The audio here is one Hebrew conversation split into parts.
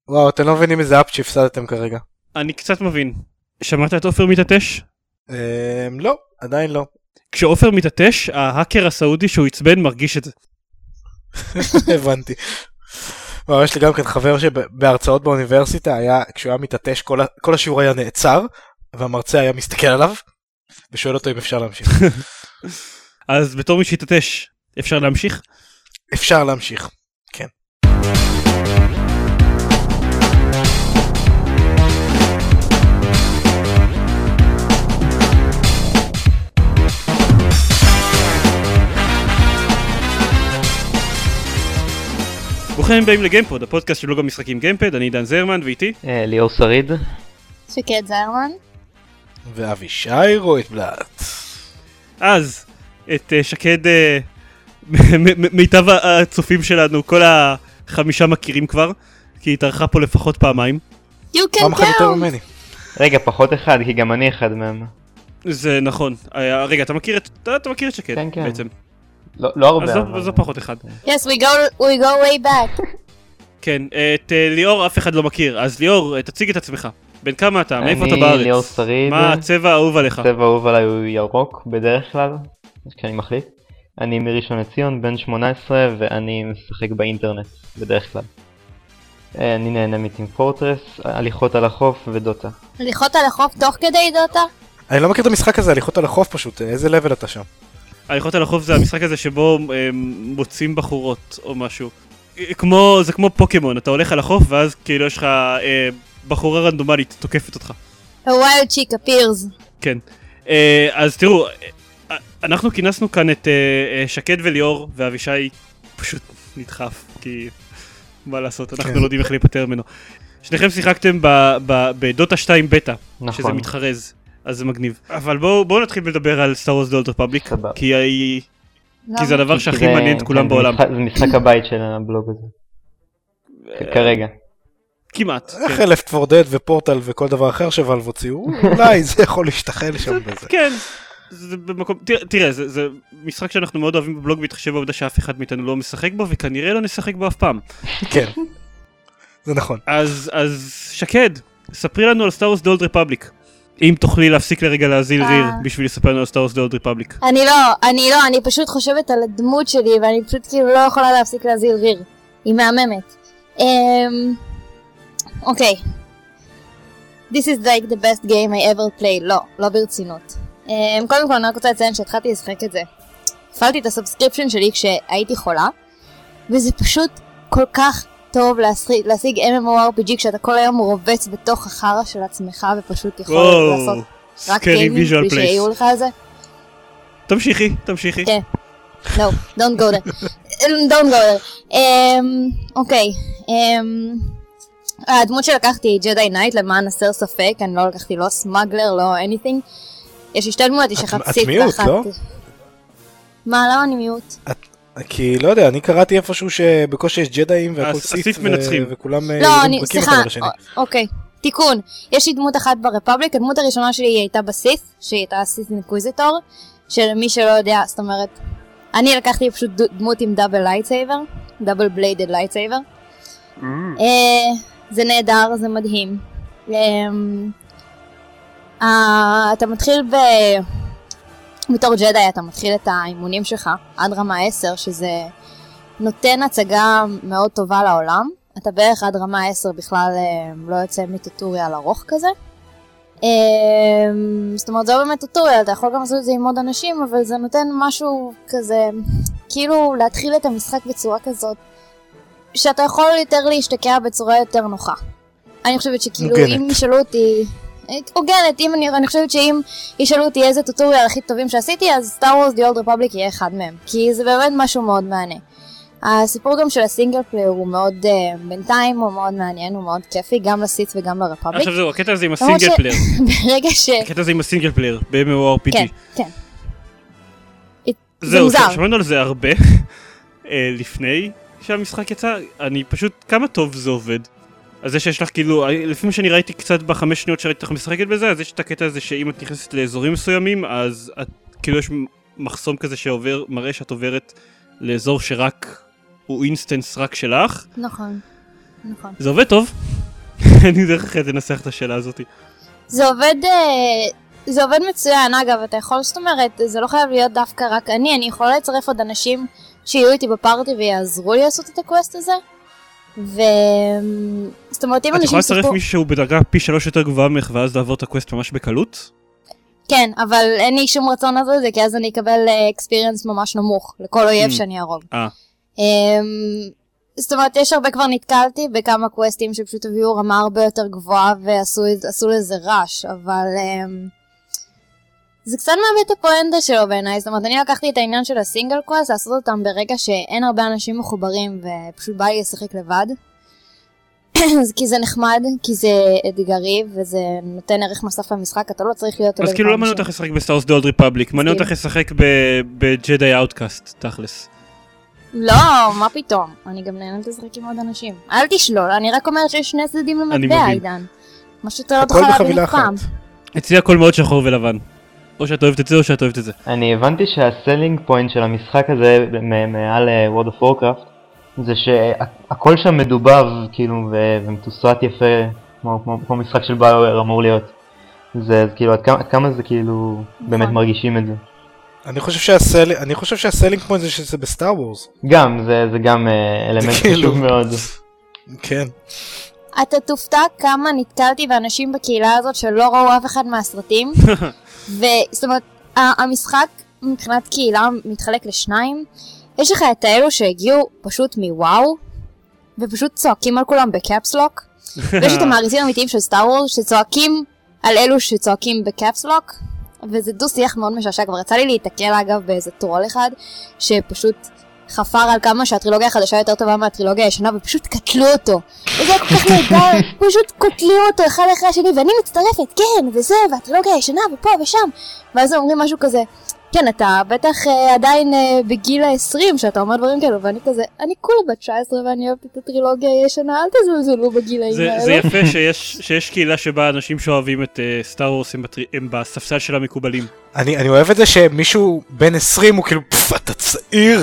וואו, אתם לא מבינים איזה אפ שהפסדתם כרגע. אני קצת מבין. שמעת את עופר מתעטש? לא, עדיין לא. כשעופר מתעטש, ההאקר הסעודי שהוא עצבן מרגיש את זה. הבנתי. וואו, יש לי גם כן חבר שבהרצאות באוניברסיטה היה, כשהוא היה מתעטש, כל השיעור היה נעצר, והמרצה היה מסתכל עליו, ושואל אותו אם אפשר להמשיך. אז בתור מי שהתעטש, אפשר להמשיך? אפשר להמשיך, כן. ברוכים הבאים לגיימפוד, הפודקאסט של בלוג המשחקים גיימפד, אני דן זרמן ואיתי ליאור שריד, שקד זרמן ואבישי רויטבלט. אז את שקד מיטב הצופים שלנו, כל החמישה מכירים כבר, כי היא התארחה פה לפחות פעמיים. You can פעם אחת יותר count. ממני. רגע פחות אחד כי גם אני אחד מהם. זה נכון. רגע, אתה מכיר את שקד כן, כן. בעצם? לא הרבה. אז זו פחות אחד. Yes, we go way back. כן, את ליאור אף אחד לא מכיר, אז ליאור, תציג את עצמך. בין כמה אתה? מאיפה אתה בארץ? אני ליאור שריד. מה הצבע האהוב עליך? הצבע האהוב עליי הוא ירוק בדרך כלל, כשאני מחליט. אני מראשון לציון, בן 18, ואני משחק באינטרנט בדרך כלל. אני נהנה מטים פורטרס, הליכות על החוף ודוטה. הליכות על החוף תוך כדי דוטה? אני לא מכיר את המשחק הזה, הליכות על החוף פשוט, איזה לבל אתה שם? הליכות על החוף זה המשחק הזה שבו מוצאים בחורות או משהו. זה כמו פוקימון, אתה הולך על החוף ואז כאילו יש לך בחורה רנדומלית תוקפת אותך. A wild chick appears. כן. אז תראו, אנחנו כינסנו כאן את שקד וליאור, ואבישי פשוט נדחף, כי מה לעשות, אנחנו לא יודעים איך להיפטר ממנו. שניכם שיחקתם בדוטה 2 בטא, שזה מתחרז, אז זה מגניב. אבל בואו נתחיל לדבר על Star Wars The Old Republic, כי זה הדבר שהכי מעניין את כולם בעולם. זה משחק הבית של הבלוג הזה. כרגע. כמעט. איך Left 4 Dead ופורטל וכל דבר אחר שוואלב הוציאו, אולי זה יכול להשתחל שם בזה. כן. תראה, זה משחק שאנחנו מאוד אוהבים בבלוג בהתחשב בעובדה שאף אחד מאיתנו לא משחק בו, וכנראה לא נשחק בו אף פעם. כן, זה נכון. אז שקד, ספרי לנו על Star Wars The Old Republic. אם תוכלי להפסיק לרגע להזיל ריר בשביל לספר לנו על Star Wars The Old Republic. אני פשוט חושבת על הדמות שלי, ואני פשוט כאילו לא יכולה להפסיק להזיל ריר. היא מהממת. אוקיי. This is like the best game I ever played. לא ברצינות. קודם כל אני רק רוצה לציין שהתחלתי לשחק את זה. הפעלתי את הסאבסקריפשן שלי כשהייתי חולה, וזה פשוט כל כך טוב להשיג MMORPG כשאתה כל היום רובץ בתוך החרא של עצמך ופשוט יכול לעשות רק גיימינג בלי שיעירו לך על זה. תמשיכי. כן. No, don't go there. Don't go there. אוקיי. הדמות שלקחתי היא ג'די נייט למען הסר ספק, אני לא לקחתי לא סמגלר, לא anything. יש לי שתי דמות, יש אחת סיט ואחת... את מיוט, לא? מה, למה אני מיוט? כי לא יודע, אני קראתי איפשהו שבקושי יש ג'דאים והכל סיט וכולם ברקים אחד על השני. אוקיי, תיקון. יש לי דמות אחת ברפבליק, הדמות הראשונה שלי הייתה בסיס, שהיא הייתה סיס אינקוויזיטור, שלמי שלא יודע, זאת אומרת, אני לקחתי פשוט דמות עם דאבל לייטסייבר, דאבל בליידד לייטסייבר. זה נהדר, זה מדהים. אתה מתחיל בתור ג'די, אתה מתחיל את האימונים שלך עד רמה 10, שזה נותן הצגה מאוד טובה לעולם. אתה בערך עד רמה 10 בכלל לא יוצא מטוטוריאל ארוך כזה. זאת אומרת, זה באמת טוטוריאל, אתה יכול גם לעשות את זה עם עוד אנשים, אבל זה נותן משהו כזה, כאילו להתחיל את המשחק בצורה כזאת, שאתה יכול יותר להשתקע בצורה יותר נוחה. אני חושבת שכאילו אם ישאלו אותי... הוגנת, אני חושבת שאם ישאלו אותי איזה טוטוריאל הכי טובים שעשיתי, אז Star Wars The Old Republic יהיה אחד מהם, כי זה באמת משהו מאוד מעניין. הסיפור גם של הסינגל פלייר הוא מאוד, בינתיים הוא מאוד מעניין, הוא מאוד כיפי, גם לסיץ וגם לרפבליק. עכשיו זהו, הקטע הזה עם הסינגל פלייר. ברגע ש... הקטע הזה עם הסינגל פלייר, ב-MMORPG. כן. זהו, שמענו על זה הרבה, לפני שהמשחק יצא, אני פשוט, כמה טוב זה עובד. אז זה שיש לך כאילו, לפעמים שאני ראיתי קצת ב5 שניות שראיתי לך משחקת בזה, אז יש את הקטע הזה שאם את נכנסת לאזורים מסוימים, אז את, כאילו יש מחסום כזה שעובר, מראה שאת עוברת לאזור שרק, הוא אינסטנס רק שלך. נכון. זה עובד טוב, אין לי דרך אחרת לנסח את השאלה הזאת. זה עובד מצוין, אגב, אתה יכול, זאת אומרת, זה לא חייב להיות דווקא רק אני יכולה לצרף עוד אנשים שיהיו איתי בפארטי ויעזרו לי לעשות את הקווסט הזה. זאת אומרת, אם את אנשים יכולה לצרף מישהו שהוא בדרגה פי 3 יותר גבוהה ממך ואז לעבור את הקווסט ממש בקלות? כן, אבל אין לי שום רצון לעשות את זה, כי אז אני אקבל אקספיריאנס ממש נמוך לכל אויב שאני ארוג. זאת אומרת, יש הרבה כבר נתקלתי בכמה קווסטים שפשוט הביאו רמה הרבה יותר גבוהה ועשו לזה רש, אבל זה קצת מאבד את הפואנטה שלו בעיניי. זאת אומרת, אני לקחתי את העניין של הסינגל קווסט, לעשות אותם ברגע שאין הרבה אנשים מחוברים ופשוט בא לי לשחק לבד. כי זה נחמד, כי זה אתגרי וזה נותן ערך נוסף למשחק, אתה לא צריך להיות... אז כאילו לא מעניין אותך לשחק בסטאר וורס: The Old Republic, מעניין אותך לשחק בג'די אאוטקאסט, תכלס. לא, מה פתאום? אני גם נהנית לשחק עם עוד אנשים. אל תשלול, אני רק אומרת שיש שני צדדים למטבע, עידן. מה שאתה לא תוכל להבין אף פעם. אצלי הכל מאוד שחור ולבן. או שאת אוהבת את זה או שאת אוהבת את זה. אני הבנתי שהסלינג פוינט של המשחק הזה מעל World of Warcraft זה שהכל שם מדובב כאילו ומתוסרט יפה כמו משחק של ביואר אמור להיות. זה כאילו עד כמה זה כאילו באמת מרגישים את זה. אני חושב שהסלינג פוינט זה שזה בסטאר וורס. גם, זה גם אלמנט חשוב מאוד. כן. אתה תופתע כמה נתקלתי באנשים בקהילה הזאת שלא ראו אף אחד מהסרטים. וזאת אומרת, המשחק מבחינת קהילה מתחלק לשניים. יש לך את האלו שהגיעו פשוט מוואו, ופשוט צועקים על כולם בקאפסלוק. ויש את המעריצים האמיתיים של סטאר וורס שצועקים על אלו שצועקים בקאפסלוק. וזה דו שיח מאוד משעשע. כבר יצא לי להתקל אגב באיזה טרול אחד שפשוט חפר על כמה שהטרילוגיה החדשה יותר טובה מהטרילוגיה הישנה ופשוט קטלו אותו. וזה היה כל כך נהדר, פשוט קוטלים אותו אחד אחרי השני ואני מצטרפת, כן, וזה, והטרילוגיה הישנה ופה ושם. ואז הם אומרים משהו כזה, כן, אתה בטח עדיין בגיל ה-20 שאתה אומר דברים כאלו, ואני כזה, אני כולה בת 19 ואני אוהבת את הטרילוגיה הישנה, אל תזלזלו בגילאים האלו. זה יפה שיש קהילה שבה אנשים שאוהבים את סטאר וורס הם בספסל של המקובלים. אני אוהב את זה שמישהו בן 20 הוא כאילו, אתה צעיר.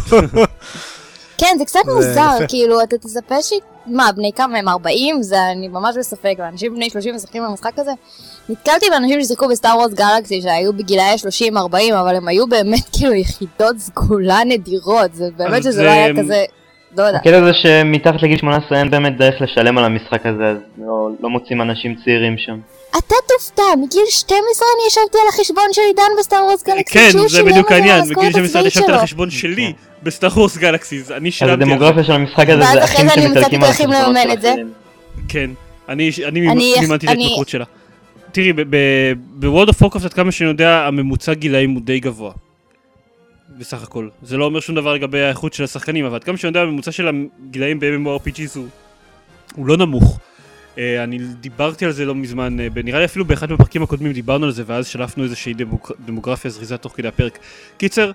כן, זה קצת מוזר, כאילו, אתה תספר מה, בני כמה הם 40? זה אני ממש בספק, ואנשים בני 30 משחקים במשחק הזה. נתקלתי באנשים ששיחקו בסטאר וורס גלקסי שהיו בגילאי 30-40, אבל הם היו באמת כאילו יחידות סגולה נדירות, זה באמת שזה לא היה כזה, לא יודע. הקטע זה שמתחת לגיל 18 אין באמת דרך לשלם על המשחק הזה, אז לא מוצאים אנשים צעירים שם. אתה תופתע, מגיל 12 אני ישבתי על החשבון של עידן בסטאר וורס גלקסי. כן, זה בדיוק העניין, מגיל 12 אני ישבתי על החשבון שלי בסטאר וורס גלקסי, אני שילמתי. אז הדמוגרפיה של המשחק הזה זה אחים שמתרקים על החשבונות של אחרים. כן, אני מימנתי את ההתמכרות שלה. תראי, בוורלד אוף וורקראפט עד כמה שאני יודע, הממוצע גילאים הוא די גבוה. בסך הכל. זה לא אומר שום דבר לגבי האיכות של השחקנים, אבל עד כמה שאני יודע, הממוצע של הגילאים ב-MMORPGs הוא לא נמוך. אני דיברתי על זה לא מזמן, נראה לי אפילו באחד מהפרקים הקודמים דיברנו על זה, ואז שלפנו איזושהי דמוגרפיה זריזה תוך כדי הפרק. קיצר,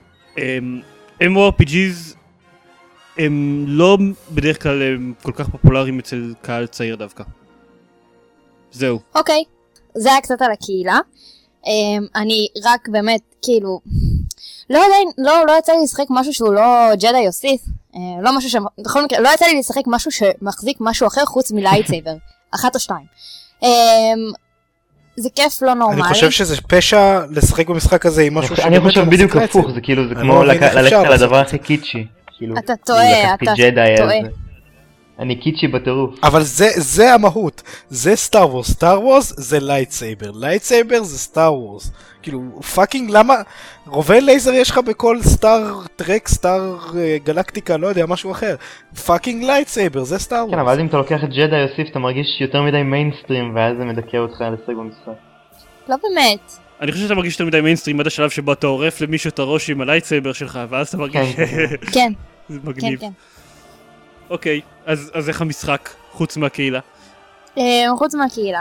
MMORPGs הם לא בדרך כלל כל כך פופולריים אצל קהל צעיר דווקא. זהו. אוקיי, זה היה קצת על הקהילה. אני רק באמת, כאילו, לא יצא לי לשחק משהו שהוא לא ג'די או סית. לא משהו בכל מקרה, לא יצא לי לשחק משהו שמחזיק משהו אחר חוץ מלייטסייבר. 1 או 2. זה כיף לא נורמלי. אני חושב שזה פשע לשחק במשחק הזה עם משהו אני חושב בדיוק הפוך, זה כאילו, זה כמו ללכת על הדבר הכי קיצ'י. אתה טועה, אתה טועה. אני קיצ'י בטירוף. אבל זה המהות, זה סטאר וורס, סטאר וורס זה לייטסייבר, לייטסייבר זה סטאר וורס. כאילו פאקינג למה רובי לייזר יש לך בכל סטאר טרק, סטאר גלקטיקה, לא יודע, משהו אחר. פאקינג לייטסייבר, זה סטאר וורס. כן, אבל אז אם אתה לוקח את ג'די יוסיף אתה מרגיש יותר מדי מיינסטרים ואז זה מדכא אותך לשחק במשחק. לא באמת. אני חושב שאתה מרגיש יותר מדי מיינסטרים עד השלב שבו אתה עורף למישהו את הראש עם הלייטסייבר שלך ואז אתה מרגיש כן. זה מגניב. כן. אוקיי, אז איך המשחק חוץ מהקהילה? חוץ מהקהילה.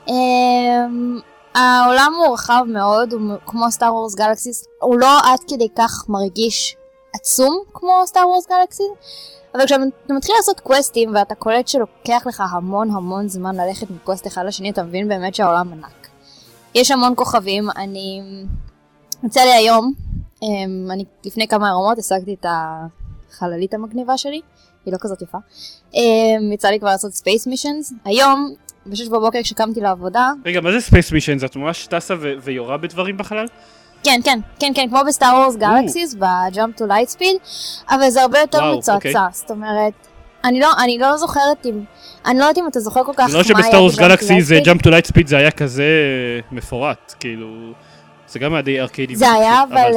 העולם הוא רחב מאוד, כמו סטאר וורס גלקסיס, הוא לא עד כדי כך מרגיש עצום כמו סטאר וורס גלקסיס, אבל כשאתה מתחיל לעשות קווסטים ואתה קולט שלוקח לך המון זמן ללכת מקווסט אחד לשני, אתה מבין באמת שהעולם ענק. יש המון כוכבים, אני יצא לי היום, אני לפני כמה יומות השגתי את החללית המגניבה שלי, היא לא כזאת יפה. יצא לי כבר לעשות ספייס מישנס. היום, ב-6 בבוקר כשקמתי לעבודה... רגע, מה זה ספייס מישנס? את ממש טסה ויורה בדברים בחלל? כן, כמו בסטאר וורס גלקסיס, ב-Jump to Lightspeed, אבל זה הרבה יותר מצועצע, זאת אומרת, אני לא זוכרת אם, אני לא יודעת אם אתה זוכר כל כך זה לא שבסטאר וורס גלקסיס זה Jump to Lightspeed זה היה כזה מפורט, כאילו, זה גם היה די ארקיידי. זה היה, אבל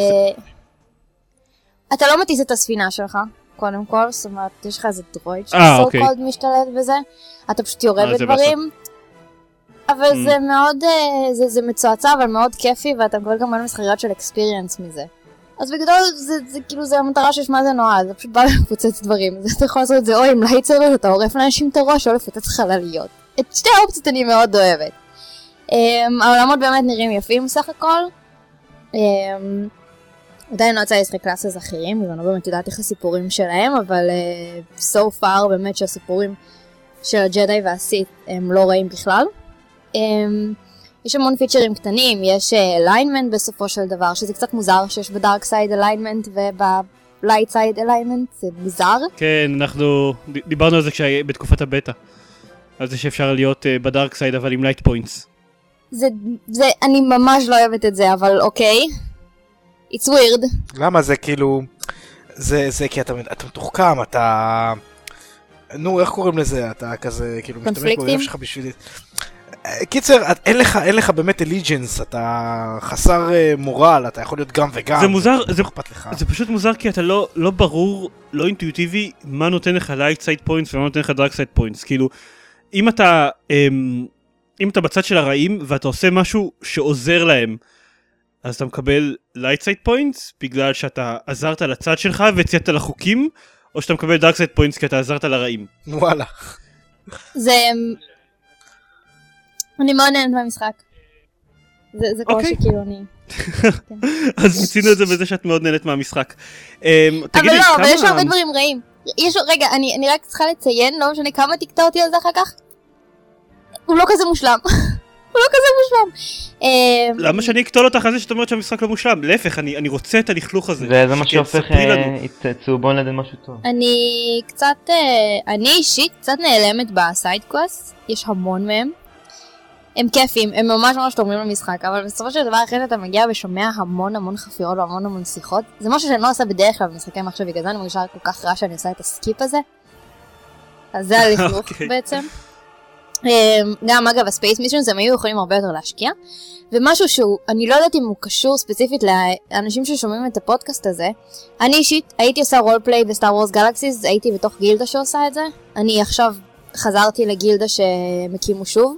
אתה לא מטיס את הספינה שלך, קודם כל, זאת אומרת, יש לך איזה דרויד שסו קולד משתלט בזה, אתה פשוט יורה בדברים, אבל זה מאוד, זה מצועצע, אבל מאוד כיפי, ואתה מקבל גם מלא מסחריות של אקספיריאנס מזה. אז בגדול, זה כאילו, זה המטרה שיש מה זה נועד, זה פשוט בא לפוצץ דברים. אתה יכול לעשות את זה או עם לייטסייבר, אתה עורף לאנשים את הראש, או לפוצץ חלליות. את שתי האופציות אני מאוד אוהבת. העולמות באמת נראים יפים סך הכל. עדיין לא יצא לשחק קלאסס אחרים, אז אני לא באמת יודעת איך הסיפורים שלהם, אבל so far באמת שהסיפורים של הג'די והסית הם לא רעים בכלל. יש המון פיצ'רים קטנים, יש alignment בסופו של דבר, שזה קצת מוזר שיש בדארק סייד alignment ובלייט סייד alignment, זה מוזר. כן, אנחנו דיברנו על זה בתקופת הבטא, על זה שאפשר להיות בדארק סייד אבל עם לייט פוינטס. אני ממש לא אוהבת את זה, אבל אוקיי. It's weird. למה זה כאילו, זה כי אתה מתוחכם, אתה, נו איך קוראים לזה, אתה כזה כאילו משתמש באויב שלך בשביל... קיצר, אין לך באמת אליג'נס, אתה חסר מורל, אתה יכול להיות גם וגם. זה מוזר, זה פשוט מוזר כי אתה לא ברור, לא אינטואיטיבי, מה נותן לך לייט סייד פוינטס ומה נותן לך דארק סייד פוינטס. כאילו, אם אתה בצד של הרעים ואתה עושה משהו שעוזר להם, אז אתה מקבל לייט סייד פוינטס בגלל שאתה עזרת לצד שלך והצעת לחוקים, או שאתה מקבל דארק סייד פוינטס כי אתה עזרת לרעים. וואלה. זה... אני מאוד נהנת מהמשחק. זה כמו שכאילו אני... אז מצינו את זה בזה שאת מאוד נהנת מהמשחק. אבל לא, אבל יש הרבה דברים רעים. רגע, אני רק צריכה לציין, לא משנה כמה תקטע אותי על זה אחר כך. הוא לא כזה מושלם. הוא לא כזה מושלם. למה שאני אקטול אותך על זה שאת אומרת שהמשחק לא מושלם? להפך, אני רוצה את הלכלוך הזה. וזה מה שהופך את צהובון לדן משהו טוב. אני אישית קצת נעלמת בסייד קווסט. יש המון מהם. הם כיפים, הם ממש תורמים למשחק, אבל בסופו של דבר אחרי שאתה מגיע ושומע המון חפירות והמון שיחות, זה משהו שאני לא עושה בדרך כלל במשחקי מחשב, בגלל זה אני מרגישה כל כך רע שאני עושה את הסקיפ הזה. אז זה הלכלוך בעצם. גם אגב הספייס מישנס הם היו יכולים הרבה יותר להשקיע, ומשהו שהוא, אני לא יודעת אם הוא קשור ספציפית לאנשים ששומעים את הפודקאסט הזה, אני אישית הייתי עושה רולפליי בסטאר וורס גלקסיס, הייתי בתוך גילדה שעושה את זה, אני עכשיו חזרתי לגילדה שמקימו שוב,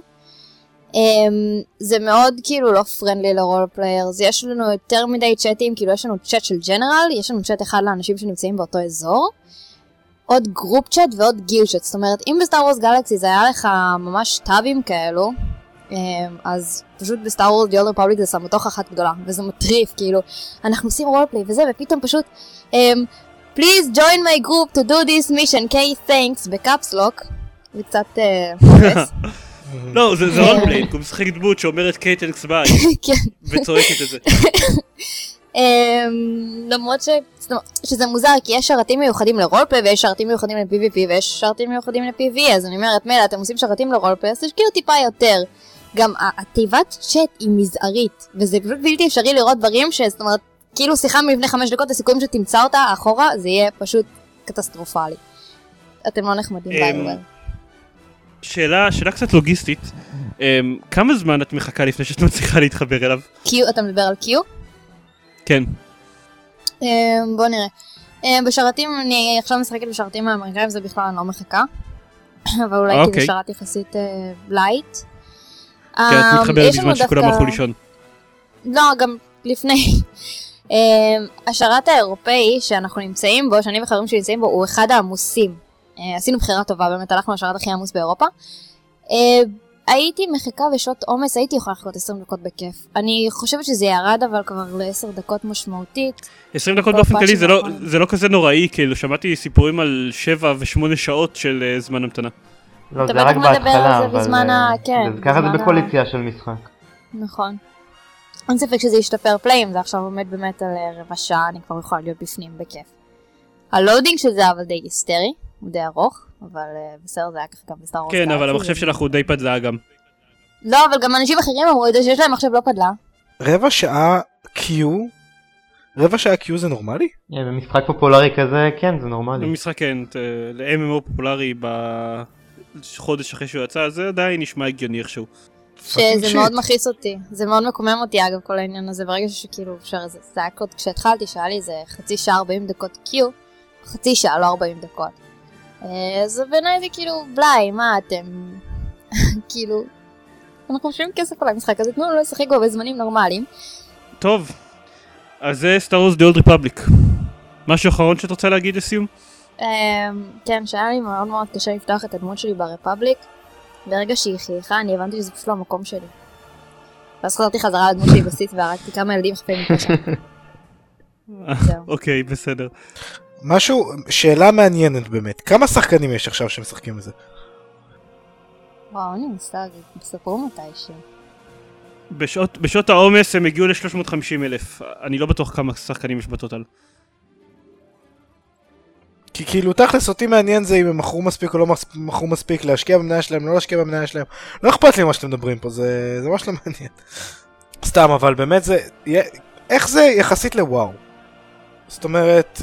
זה מאוד כאילו לא פרנדלי לרול פליירס, יש לנו יותר מדי צ'אטים, כאילו יש לנו צ'אט של ג'נרל, יש לנו צ'אט אחד לאנשים שנמצאים באותו אזור, עוד גרופ צ'אט ועוד גיל צ'אט, זאת אומרת אם בסטאר וורס גלקסי זה היה לך ממש טאבים כאלו, אז פשוט בסטאר וורס די אולד רפובליק זה סמטוחה אחת גדולה, וזה מטריף כאילו, אנחנו עושים רול פליי וזה, ופתאום פשוט please join my group to do this mission, okay thanks, בקאפסלוק, וקצת פרס. לא, זה רולפליי, הוא משחק דמות שאומרת קייטנקס ביי, וצועקת את זה. למרות שזה מוזר, כי יש שרתים מיוחדים לרולפליי, ויש שרתים מיוחדים ל-PvP, ויש שרתים מיוחדים ל-PvE, אז אני אומרת, מילא, אתם עושים שרתים לרולפליי, אז תשקיעו טיפה יותר. גם התיבת צ'אט היא מזערית, וזה פשוט בלתי אפשרי לראות דברים זאת אומרת, כאילו שיחה מלפני 5 דקות, הסיכויים שתמצא אותה אחורה, זה יהיה פשוט קטסטרופלי. אתם לא נחמדים בעבר. שאלה קצת לוגיסטית, כמה זמן את מחכה לפני שאת מצליחה להתחבר אליו? קיו, אתה מדבר על קיו? כן. בוא נראה. בשרתים, אני עכשיו משחקת בשרתים האמריקאים, זה בכלל אני לא מחכה. אבל אולי כי זה שרת יחסית לייט. כן, את מתחברת בזמן שכולם הלכו לישון. לא, גם לפני. השרת האירופאי שאנחנו נמצאים בו, שאני וחברים שנמצאים בו, הוא אחד העמוסים. עשינו בחירה טובה, באמת הלכנו לשרת הכי עמוס באירופה. הייתי מחכה בשעות עומס, הייתי יכולה לחכות 20 דקות בכיף. אני חושבת שזה ירד, אבל כבר ל10 דקות משמעותית. 20 דקות באופן כללי זה לא כזה נוראי, כאילו שמעתי סיפורים על 7 ו8 שעות של זמן המתנה. לא, זה רק בהתחלה, אבל כן, ככה זה בכל יציאה של משחק. נכון. אין ספק שזה ישתפר פלאים, זה עכשיו עומד באמת על רבע שעה, אני כבר יכולה להיות בפנים בכיף. הלואודינג של זה אבל די היסטרי, הוא די ארוך, אבל בסדר זה היה ככה גם בסטאר וורס. כן, אבל המחשב שלך הוא די פדלה גם. לא, אבל גם אנשים אחרים אמרו את זה שיש להם מחשב לא פדלה. רבע שעה Q זה נורמלי? במשחק פופולרי כזה, כן, זה נורמלי. במשחק כן, ל-MMO פופולרי בחודש אחרי שהוא יצא, זה עדיין נשמע הגיוני איכשהו. שזה מאוד מכעיס אותי, זה מאוד מקומם אותי אגב כל העניין הזה, ברגע שכאילו אפשר איזה צעקות, כשהתחלתי שהיה לי איזה חצי שעה 40 דקות Q, חצי שעה לא 40 דקות. אז בעיניי זה כאילו בלי, מה אתם, כאילו, אנחנו משלמים כסף על המשחק, אז תנו לו לשחק בו בזמנים נורמליים. טוב, אז זה סטאר וורס The Old Republic. משהו אחרון שאת רוצה להגיד לסיום? כן, שהיה לי מאוד מאוד קשה לפתוח את הדמות שלי ברפבליק. ברגע שהיא חייכה, אני הבנתי שזה פשוט לא המקום שלי. ואז חזרתי חזרה לדמות שלי בסיס והרגתי כמה ילדים חפים מפשע. אוקיי, בסדר. שאלה מעניינת באמת. כמה שחקנים יש עכשיו שמשחקים בזה? וואו, אני מושג, בספרו מתישהו. בשעות העומס הם הגיעו ל-350,000. אני לא בטוח כמה שחקנים יש בטוטל. כי כאילו תכלס אותי מעניין זה אם הם מכרו מספיק או לא מכרו מספיק, להשקיע במניה שלהם, לא להשקיע במניה שלהם. לא אכפת לי מה שאתם מדברים פה, זה ממש לא מעניין. סתם, אבל באמת זה, איך זה יחסית לוואו? זאת אומרת,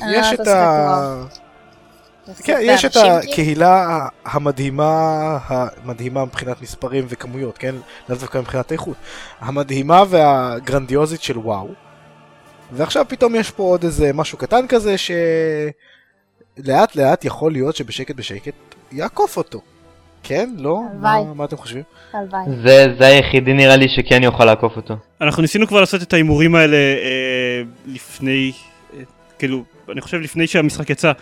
יש את הקהילה המדהימה מבחינת מספרים וכמויות, כן? לאו דווקא מבחינת איכות. המדהימה והגרנדיוזית של וואו. ועכשיו פתאום יש פה עוד איזה משהו קטן כזה לאט לאט יכול להיות שבשקט יעקוף אותו. כן? לא? מה אתם חושבים? הלוואי. זה היחידי נראה לי שכן יוכל לעקוף אותו. אנחנו ניסינו כבר לעשות את ההימורים האלה לפני, כאילו, אני חושב לפני שהמשחק יצא.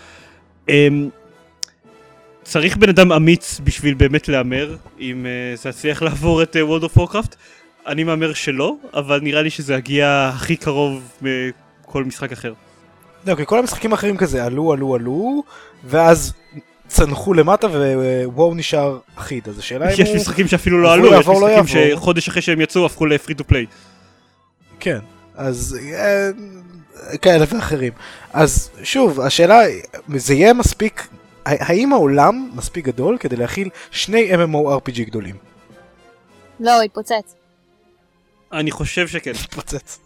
צריך בן אדם אמיץ בשביל באמת להמר אם זה הצליח לעבור את World of Warcraft. אני מאמר שלא, אבל נראה לי שזה הגיע הכי קרוב מכל משחק אחר. כי כל המשחקים האחרים כזה עלו, ואז צנחו למטה ווואו נשאר אחיד, אז השאלה אם הוא... יש משחקים שאפילו לא עלו, יש משחקים שחודש אחרי שהם יצאו הפכו לפרי טו פליי. כן, אז כאלה ואחרים. אז שוב, השאלה, זה יהיה מספיק, האם העולם מספיק גדול כדי להכיל שני MMORPG גדולים? לא, הוא התפוצץ. אני חושב שכן. התפוצץ.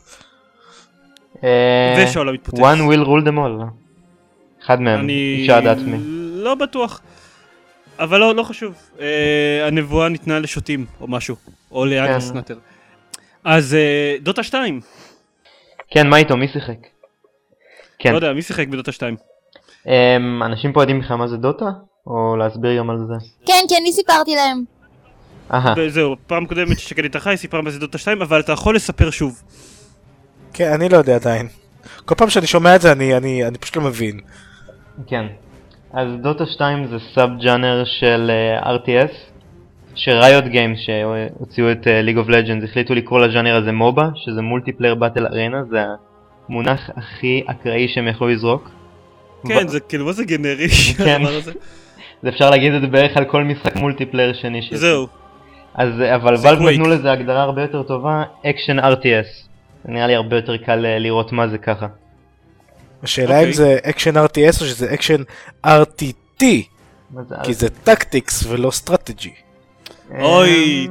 ושהעולם מתפוצץ. One will rule them all. אחד מהם, אפשר לדעת מי. לא בטוח. אבל לא חשוב. הנבואה ניתנה לשוטים או משהו. או לאגנס נטר. אז דוטה 2. כן, מה איתו? מי שיחק? לא יודע, מי שיחק בדוטה 2? אנשים פה יודעים בכלל מה זה דוטה? או להסביר גם על זה? כן, אני סיפרתי להם. זהו, פעם קודמת ששקד איתך היא סיפרה מה זה דוטה 2, אבל אתה יכול לספר שוב. כן, אני לא יודע עדיין. כל פעם שאני שומע את זה אני פשוט לא מבין. כן. אז דוטה 2 זה סאב ג'אנר של RTS, שריוט גיימס שהוציאו את ליג אוף לג'נדס החליטו לקרוא לג'אנר הזה מובה, שזה מולטיפלייר באטל ארנה, זה המונח הכי אקראי שהם יכלו לזרוק. כן, זה כאילו, מה זה גנרי? כן. זה אפשר להגיד את זה בערך על כל משחק מולטיפלייר שני שיש. זהו. אבל ואלב נתנו לזה הגדרה הרבה יותר טובה, אקשן RTS. נראה לי הרבה יותר קל לראות מה זה ככה. השאלה אם זה אקשן RTS או שזה אקשן RTT, כי זה טקטיקס ולא סטרטג'י. אוי.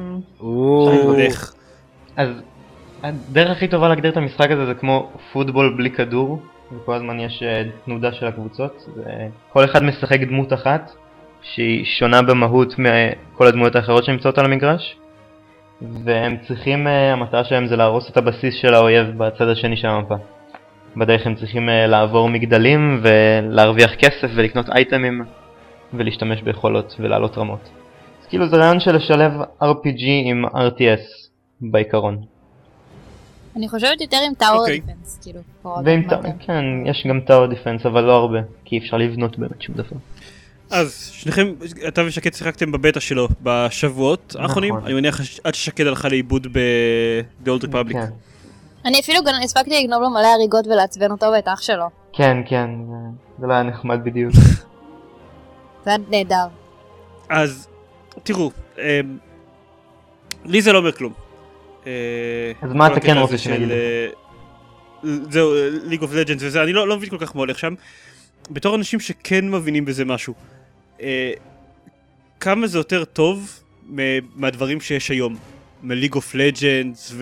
אז הדרך הכי טובה להגדיר את המשחק הזה זה כמו פוטבול בלי כדור, וכל הזמן יש תנודה של הקבוצות. כל אחד משחק דמות אחת שהיא שונה במהות מכל הדמויות האחרות שנמצאות על המגרש, והם צריכים, המטרה שלהם זה להרוס את הבסיס של האויב בצד השני של המפה. בדרך הם צריכים לעבור מגדלים ולהרוויח כסף ולקנות אייטמים ולהשתמש ביכולות ולעלות רמות. אז כאילו זה רעיון של לשלב RPG עם RTS בעיקרון. אני חושבת יותר עם טאוור דיפנס, כאילו. כן, יש גם טאוור דיפנס אבל לא הרבה, כי אפשר לבנות באמת שום דבר. אז שניכם, אתה ושקד שיחקתם בבטא שלו בשבועות האחרונים, אני מניח עד ששקד הלכה לאיבוד ב-The Old Republic. אני אפילו גם הספקתי לגנוב לו מלא הריגות ולעצבן אותו ואת אח שלו. כן, זה לא היה נחמד בדיוק. זה היה נהדר. אז תראו, לי זה לא אומר כלום. אז מה אתה כן רוצה שנגיד? זהו, League of Legends וזה, אני לא מבין כל כך מה הולך שם. בתור אנשים שכן מבינים בזה משהו, כמה זה יותר טוב מהדברים שיש היום, מליג אוף לג'נדס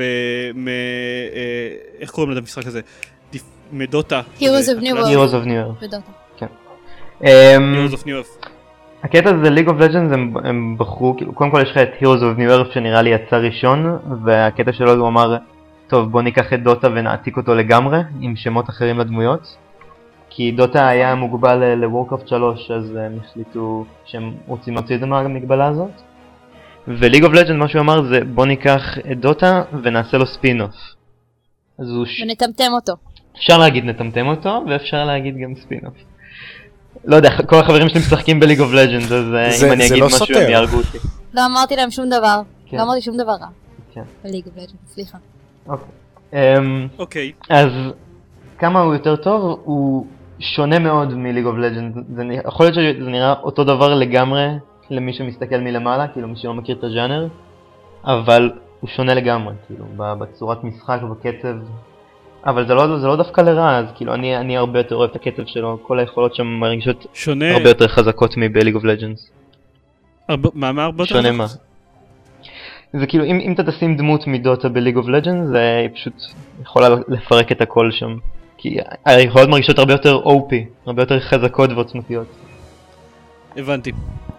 איך קוראים למשחק הזה? מדוטה. Heroes of New World. Heroes of New World. בדוטה. כן. Heroes of New World. הקטע הזה, ליג אוף לג'נדס, הם בחרו, כאילו, קודם כל יש לך את Heroes of New Earth שנראה לי יצא ראשון, והקטע שלו הוא אמר, טוב בוא ניקח את דוטה ונעתיק אותו לגמרי, עם שמות אחרים לדמויות, כי דוטה היה מוגבל ל-Warcraft 3, אז הם החליטו שהם רוצים להוציא את זה מהמגבלה הזאת. וליג אוף לג'נדס, מה שהוא אמר זה, בוא ניקח את דוטה ונעשה לו ספין-אוף. ונטמטם אותו. אפשר להגיד נטמטם אותו, ואפשר להגיד גם ספין-אוף. לא יודע, כל החברים שלי משחקים בליג אוף לג'נדס, אז אם אני אגיד משהו הם יהרגו אותי. לא אמרתי להם שום דבר, לא אמרתי שום דבר רע. כן. בליג אוף לג'נדס, סליחה. אוקיי. אז כמה הוא יותר טוב? הוא שונה מאוד מליג אוף לג'נדס. יכול להיות שזה נראה אותו דבר לגמרי למי שמסתכל מלמעלה, כאילו מי שלא מכיר את הז'אנר, אבל הוא שונה לגמרי, כאילו, בצורת משחק, בקצב. אבל זה לא דווקא לרע, אז כאילו אני הרבה יותר אוהב את הקצב שלו, כל היכולות שם מרגישות הרבה יותר חזקות מבליג אוף לג'נדס. מה הרבה יותר חזקות? שונה מה. זה כאילו אם אתה תשים דמות מדוטה בליג אוף לג'נדס, זה פשוט יכולה לפרק את הכל שם. כי היכולות מרגישות הרבה יותר OP, הרבה יותר חזקות ועוצמתיות. הבנתי.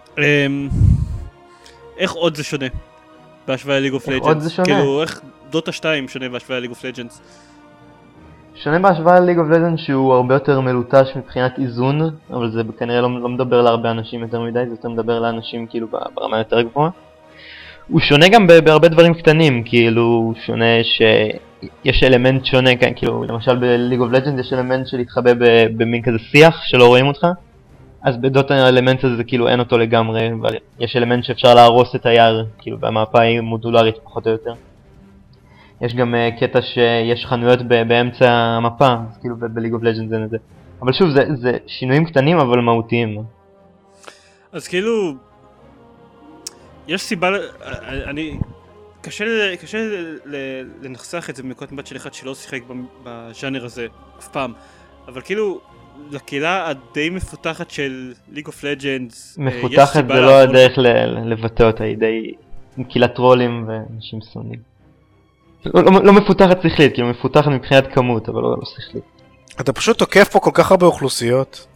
איך עוד זה שונה בהשוואה לליג אוף לג'נדס? איך עוד זה שונה? כאילו איך דוטה 2 שונה בהשוואה לליג אוף לג'נדס? שונה בהשוואה לליג אוף לג'נדס שהוא הרבה יותר מלוטש מבחינת איזון, אבל זה כנראה לא מדבר להרבה אנשים יותר מדי, זה יותר מדבר לאנשים כאילו ברמה יותר גבוהה. הוא שונה גם בהרבה דברים קטנים, כאילו הוא שונה שיש אלמנט שונה, כאילו למשל בליג אוף לג'נדס יש אלמנט של להתחבא במין כזה שיח שלא רואים אותך, אז בדוטה האלמנט הזה כאילו אין אותו לגמרי, אבל יש אלמנט שאפשר להרוס את היער, כאילו במפה היא מודולרית פחות או יותר. יש גם קטע שיש חנויות באמצע המפה, אז כאילו בליג אוף לג'נדס אין את זה. אבל שוב, זה שינויים קטנים אבל מהותיים. אז כאילו, יש סיבה, קשה לנחסך את זה מנקודת מבט של אחד שלא שיחק בז'אנר הזה אף פעם, אבל כאילו, לקהילה הדי מפותחת של ליג אוף לג'נדס, מפותחת זה לא הדרך לבטא אותה, היא די קהילת טרולים ואנשים שונאים. לא מפותחת שכלית, כאילו מפותחת מבחינת כמות, אבל לא שכלית. אתה פשוט תוקף פה כל כך הרבה אוכלוסיות.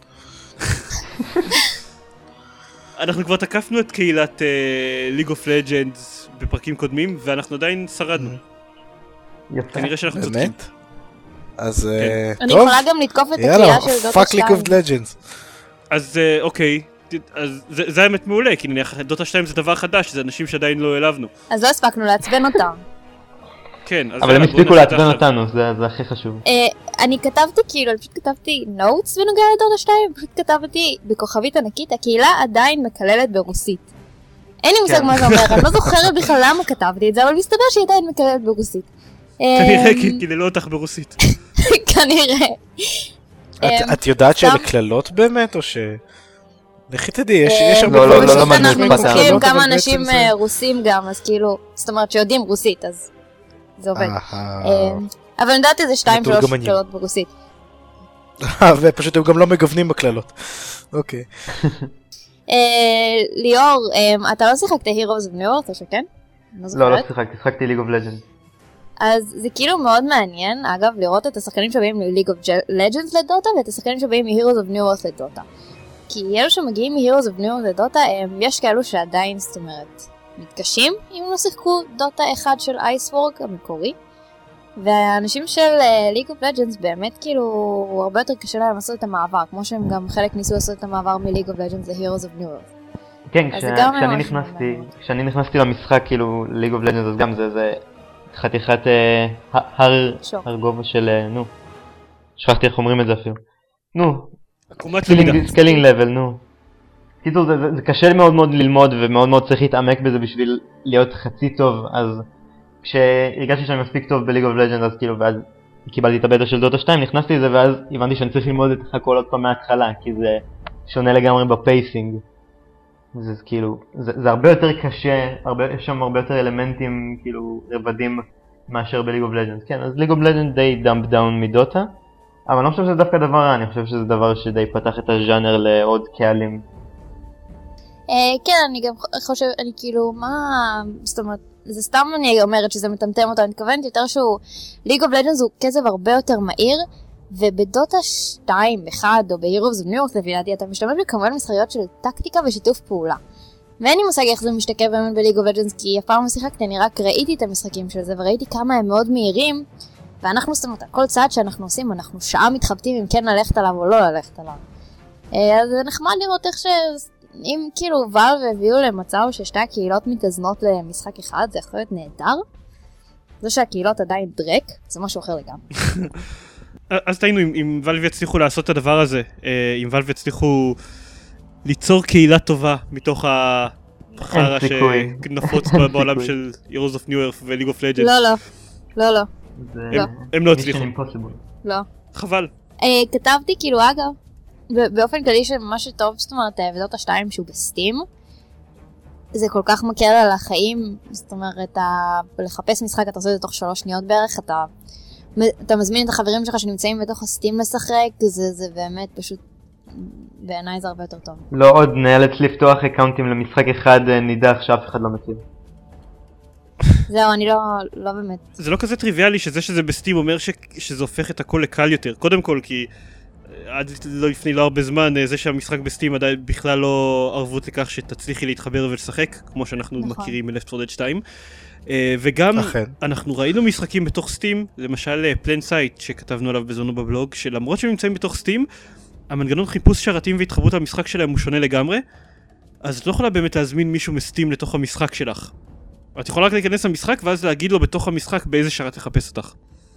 אנחנו כבר תקפנו את קהילת ליג אוף לג'נדס בפרקים קודמים, ואנחנו עדיין שרדנו. כנראה שאנחנו צודקים. באמת? אז טוב. אני יכולה גם לתקוף את הקהילה של דוטה 2. פאק ליג אוף לג'נדס. אז אוקיי, אז זה האמת מעולה, כי נניח דוטה 2 זה דבר חדש, זה אנשים שעדיין לא העלבנו. אז לא הספקנו לעצבן אותם. כן, אז אבל הם הספיקו לעצבן אותנו, זה הכי חשוב. אני כתבתי כאילו, אני פשוט כתבתי נוטס בנוגע לדוטה 2, פשוט כתבתי בכוכבית ענקית, הקהילה עדיין מקללת ברוסית. אין לי מושג מה זה אומר, אני לא זוכרת בכלל למה כתבתי את זה, אבל מסתבר שהיא עדיין מקללת ברוסית. כנראה קיללו אותך ברוסית. כנראה. את יודעת שאלה קללות באמת, או ש... לכי תדעי, יש הרבה לא, דברים למדנו אנחנו משפט הערבית. מכירים כמה אבל אנשים בעצם זה- רוסים גם, אז כאילו, זאת אומרת שיודעים רוסית, אז זה עובד. אבל אני יודעת איזה 2-3 מתורגמנים. קללות ברוסית. ופשוט הם גם לא מגוונים בקללות. אוקיי. ליאור, אתה לא שיחקת Heroes of New Earth, או שכן? אני לא זוכרת. שיחקתי ליג אוף לג'נדס. אז זה כאילו מאוד מעניין, אגב, לראות את השחקנים שבאים מ-League of Legends לדוטה, ואת השחקנים שבאים מ-Heroes of New Earth לדוטה. כי אלו שמגיעים מ-Heroes of New Earth לדוטה, יש כאלו שעדיין, זאת אומרת, מתקשים אם לא שיחקו דוטה אחד של Iceborg המקורי. והאנשים של League of Legends באמת כאילו, הרבה יותר קשה להם לעשות את המעבר, כמו שהם גם חלק ניסו לעשות את המעבר מ-League of Legends ל-Heroes of New Earth. כן, אז זה גם כשאני נכנסתי למשחק כאילו ליג אוף לג'נדס, אז גם זה חתיכת הר גובה של, נו, שכחתי איך אומרים את זה אפילו. נו, עקומת למידה. סקלינג לבל, נו. קיצור, זה קשה מאוד מאוד ללמוד ומאוד מאוד צריך להתעמק בזה בשביל להיות חצי טוב, אז כשהרגשתי שאני מספיק טוב בליג אוף לג'נדס, אז כאילו, ואז קיבלתי את הבטא של דוטה 2, נכנסתי לזה ואז הבנתי שאני צריך ללמוד את הכל עוד פעם מההתחלה, כי זה שונה לגמרי בפייסינג. זה כאילו, זה הרבה יותר קשה, יש שם הרבה יותר אלמנטים, כאילו, רבדים מאשר בליג אוף לג'נדס. כן, אז ליג אוף לג'נדס די דאמפ דאון מדוטה, אבל אני לא חושב שזה דווקא דבר רע, אני חושב שזה דבר שדי פתח את הז'אנר לעוד קהלים. כן, אני גם חושב, אני כאילו, זאת אומרת, זה סתם אני אומרת שזה מטמטם אותו, אני מתכוונת יותר שהוא, ליג אוף לג'נדס הוא קצב הרבה יותר מהיר, ובדוטה 2, 1, או ב-Heroes of New York, לפי אתה משתמש בכמובן מסחריות של טקטיקה ושיתוף פעולה. ואין לי מושג איך זה משתקף באמת בליג אוף לג'נדס, כי אף פעם לא שיחקתי, אני רק ראיתי את המשחקים של זה, וראיתי כמה הם מאוד מהירים, ואנחנו, זאת אומרת, כל צעד שאנחנו עושים, אנחנו שעה מתחבטים אם כן ללכת עליו או לא ללכת עליו. אז זה נחמד לראות איך אם כאילו ואלב הביאו למצב ששתי הקהילות מתאזנות למשחק אחד, זה יכול להיות נהדר. זה שהקהילות עדיין דרק, זה משהו אחר לגמרי. אז תהיינו, אם ואלב יצליחו לעשות את הדבר הזה, אם ואלב יצליחו ליצור קהילה טובה מתוך החרא שנפוץ בעולם של Heroes of New York ו-League of Legends. לא. הם לא הצליחו. לא. חבל. כתבתי כאילו אגב, באופן כללי שמה שטוב, זאת אומרת, ודוטה 2 שהוא בסטים, זה כל כך מקל על החיים, זאת אומרת, לחפש משחק, אתה עושה את זה תוך 3 שניות בערך, אתה מזמין את החברים שלך שנמצאים בתוך הסטים לשחק, זה באמת פשוט, בעיניי זה הרבה יותר טוב. לא עוד נאלץ לפתוח אקאונטים למשחק אחד נידח שאף אחד לא מכיר. זהו, אני לא באמת. זה לא כזה טריוויאלי שזה בסטים אומר שזה הופך את הכל לקל יותר, קודם כל כי עד לא לפני לא הרבה זמן, זה שהמשחק בסטים עדיין בכלל לא ערבות לכך שתצליחי להתחבר ולשחק, כמו שאנחנו מכירים מ-Left 4 Dead 2. וגם אנחנו ראינו משחקים בתוך סטים, למשל פלן סייט שכתבנו עליו בזונו בבלוג, שלמרות שהם נמצאים בתוך סטים, המנגנון חיפוש שרתים והתחברות למשחק שלהם הוא שונה לגמרי, אז את לא יכולה באמת להזמין מישהו מסטים לתוך המשחק שלך. את יכולה רק להיכנס למשחק ואז להגיד לו בתוך המשחק באיזה שרת לחפש אותך.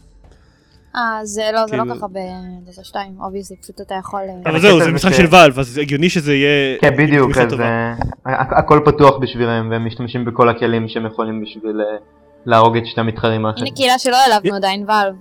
זה לא ככה בדוטה 2, obviously, פשוט אתה יכול... אבל זהו, זה משחק של ואלב, אז הגיוני שזה יהיה... כן, בדיוק, אז הכל פתוח בשבילם, והם משתמשים בכל הכלים שהם יכולים בשביל להרוג את שתי המתחרים האחרים. הנה קהילה שלא העלבנו עדיין, ואלב.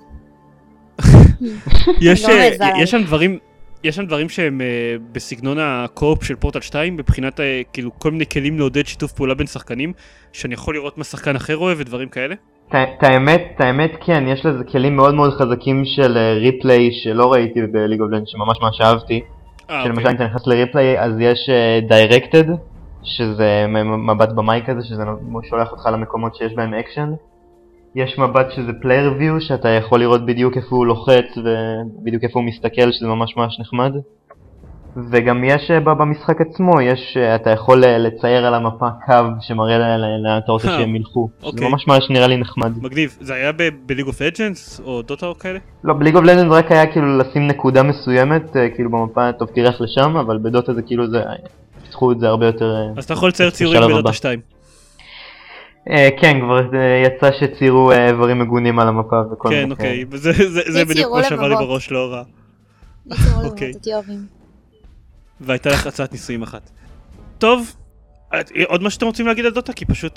יש שם דברים שהם בסגנון הקורפ של פורטל 2, בבחינת כאילו כל מיני כלים לעודד שיתוף פעולה בין שחקנים, שאני יכול לראות מה שחקן אחר אוהב ודברים כאלה. את האמת כן, יש לזה כלים מאוד מאוד חזקים של ריפליי שלא ראיתי בליג אוף לג'נדס, שממש אהבתי. שלמשל אם אתה נכנס לריפליי אז יש דיירקטד, שזה מבט במייק הזה, שזה שולח אותך למקומות שיש בהם אקשן. יש מבט שזה פלייר ויו, שאתה יכול לראות בדיוק איפה הוא לוחץ ובדיוק איפה הוא מסתכל, שזה ממש נחמד. וגם יש במשחק עצמו, אתה יכול לצייר על המפה קו שמראה לאן אתה רוצה שהם ילכו. זה ממש נראה לי נחמד. מגניב. זה היה בליג אוף לג'נדס או דוטה או כאלה? לא, בליג אוף לג'נדס רק היה כאילו לשים נקודה מסוימת, כאילו במפה טוב תלך לשם, אבל בדוטה זה כאילו זה, פיתחו את זה הרבה יותר... אז אתה יכול לצייר ציורים בדוטה 2. כן, כבר יצא שציירו איברים מגונים על המפה וכל מיני. כן, אוקיי, זה בדיוק מה שעבר לי בראש לא רע. אוקיי. והייתה לך הצעת ניסויים אחת. טוב, עוד מה שאתם רוצים להגיד על דוטה? כי פשוט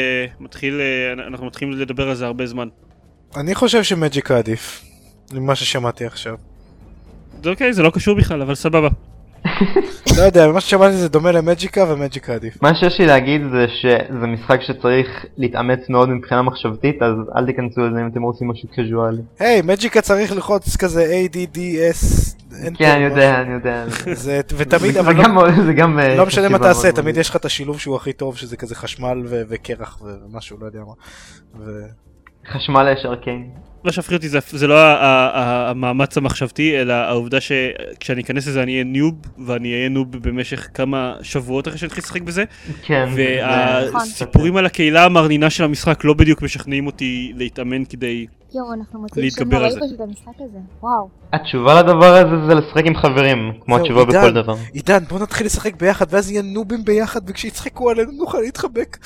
אנחנו מתחילים לדבר על זה הרבה זמן. אני חושב שמג'יק עדיף, למה ששמעתי עכשיו. זה אוקיי, זה לא קשור בכלל, אבל סבבה. לא יודע, מה ששמעתי זה דומה למג'יקה ומג'יקה עדיף. מה שיש לי להגיד זה שזה משחק שצריך להתאמץ מאוד מבחינה מחשבתית, אז אל תיכנסו לזה אם אתם רוצים משהו קזואלי. היי, מג'יקה צריך ללחוץ כזה ADDS. כן, אני יודע. ותמיד, אבל לא משנה מה תעשה, תמיד יש לך את השילוב שהוא הכי טוב, שזה כזה חשמל וקרח ומשהו, לא יודע מה. חשמל יש ארקיין. מה שהפריע אותי זה לא המאמץ המחשבתי, אלא העובדה שכשאני אכנס לזה אני אהיה ניוב, ואני אהיה נוב במשך כמה שבועות אחרי שאני אתחיל לשחק בזה. כן. והסיפורים על הקהילה המרנינה של המשחק לא בדיוק משכנעים אותי להתאמן כדי להתגבר על זה. וואו. התשובה לדבר הזה זה לשחק עם חברים, כמו התשובה בכל דבר. עידן, בוא נתחיל לשחק ביחד, ואז יהיה נובים ביחד, וכשיצחקו עלינו נוכל להתחבק.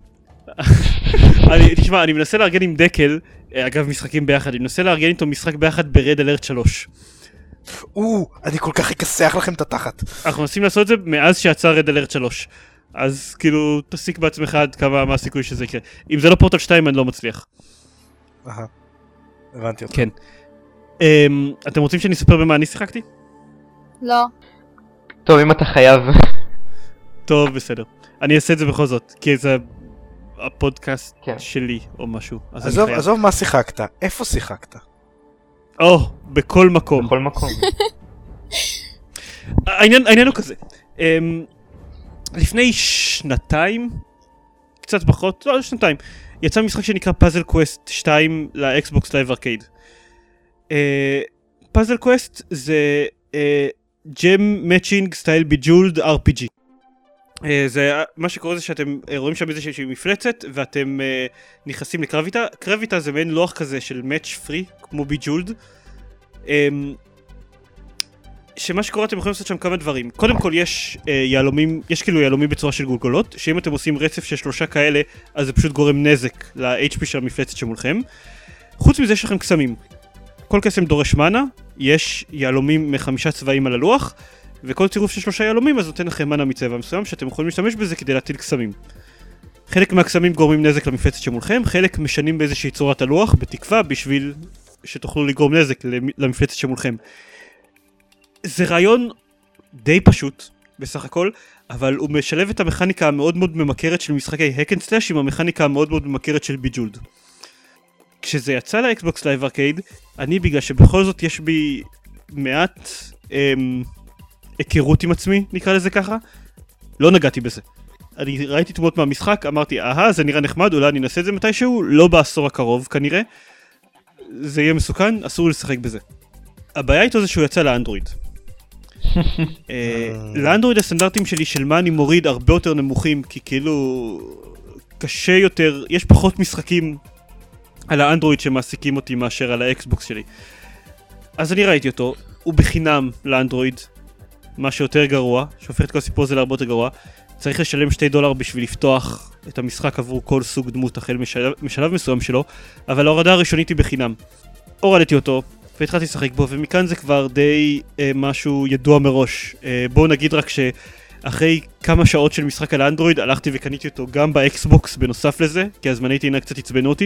תשמע, אני מנסה לארגן עם דקל, אגב משחקים ביחד, אני מנסה לארגן איתו משחק ביחד ברד אלרט 3. אני כל כך אכסח לכם את התחת. אנחנו מנסים לעשות את זה מאז שיצא רד אלרט 3. אז כאילו, תסיק בעצמך עד כמה הסיכוי שזה יקרה. אם זה לא פורטל 2 אני לא מצליח. הבנתי אותך. כן. אתם רוצים שאני אספר במה אני שיחקתי? לא. טוב, אם אתה חייב. טוב, בסדר. אני אעשה את זה בכל זאת, כי זה הפודקאסט שלי או משהו. עזוב מה שיחקת, איפה שיחקת? בכל מקום. בכל מקום. העניין הוא כזה. לפני שנתיים, קצת פחות, לא שנתיים, יצא משחק שנקרא פאזל קווסט 2 לאקסבוקס לייב ארקייד. פאזל קווסט זה ג'ם מאצ'ינג סטייל ביג'ולד RPG. זה מה שקורה זה שאתם רואים שם איזושהי מפלצת ואתם נכנסים לקרביטה. קרביטה זה מעין לוח כזה של מאץ' פרי כמו ביג'ולד. שמה שקורה אתם יכולים לעשות שם כמה דברים. קודם כל יש יהלומים, יש כאילו יהלומים בצורה של גולגולות, שאם אתם עושים רצף של 3 כאלה, אז זה פשוט גורם נזק ל-HP של המפלצת שמולכם. חוץ מזה יש לכם קסמים. כל קסם דורש מנה, יש יהלומים מ5 צבעים על הלוח, וכל צירוף של 3 יהלומים אז נותן לכם מנה מצבע מסוים שאתם יכולים להשתמש בזה כדי להטיל קסמים. חלק מהקסמים גורמים נזק למפלצת שמולכם, חלק משנים באיזושהי צורת הלוח, בתקווה בשביל שתוכלו לגרום נזק למפלצת שמולכם. זה רעיון די פשוט בסך הכל, אבל הוא משלב את המכניקה המאוד מאוד ממכרת של משחקי hack and slash עם המכניקה המאוד מאוד ממכרת של ביג'ולד. כשזה יצא לאקסבוקס לייב ארקייד, אני בגלל שבכל זאת יש בי מעט היכרות עם עצמי, נקרא לזה ככה, לא נגעתי בזה. אני ראיתי תמונות מהמשחק, אמרתי, זה נראה נחמד, אולי אני אנסה את זה מתישהו, לא בעשור הקרוב כנראה. זה יהיה מסוכן, אסור לשחק בזה. הבעיה איתו זה שהוא יצא לאנדרואיד. לאנדרואיד הסטנדרטים שלי של מה אני מוריד הרבה יותר נמוכים, כי כאילו קשה יותר, יש פחות משחקים על האנדרואיד שמעסיקים אותי מאשר על האקסבוקס שלי. אז אני ראיתי אותו, הוא בחינם לאנדרואיד, מה שיותר גרוע, שהופך את כל הסיפור הזה להרבה יותר גרוע. צריך לשלם $2 בשביל לפתוח את המשחק עבור כל סוג דמות החל משלב מסוים שלו, אבל ההורדה הראשונית היא בחינם. הורדתי אותו והתחלתי לשחק בו, ומכאן זה כבר די משהו ידוע מראש. בואו נגיד רק שאחרי כמה שעות של משחק על האנדרואיד, הלכתי וקניתי אותו גם באקסבוקס בנוסף לזה, כי הזמני טעינה קצת הצבנו אותי.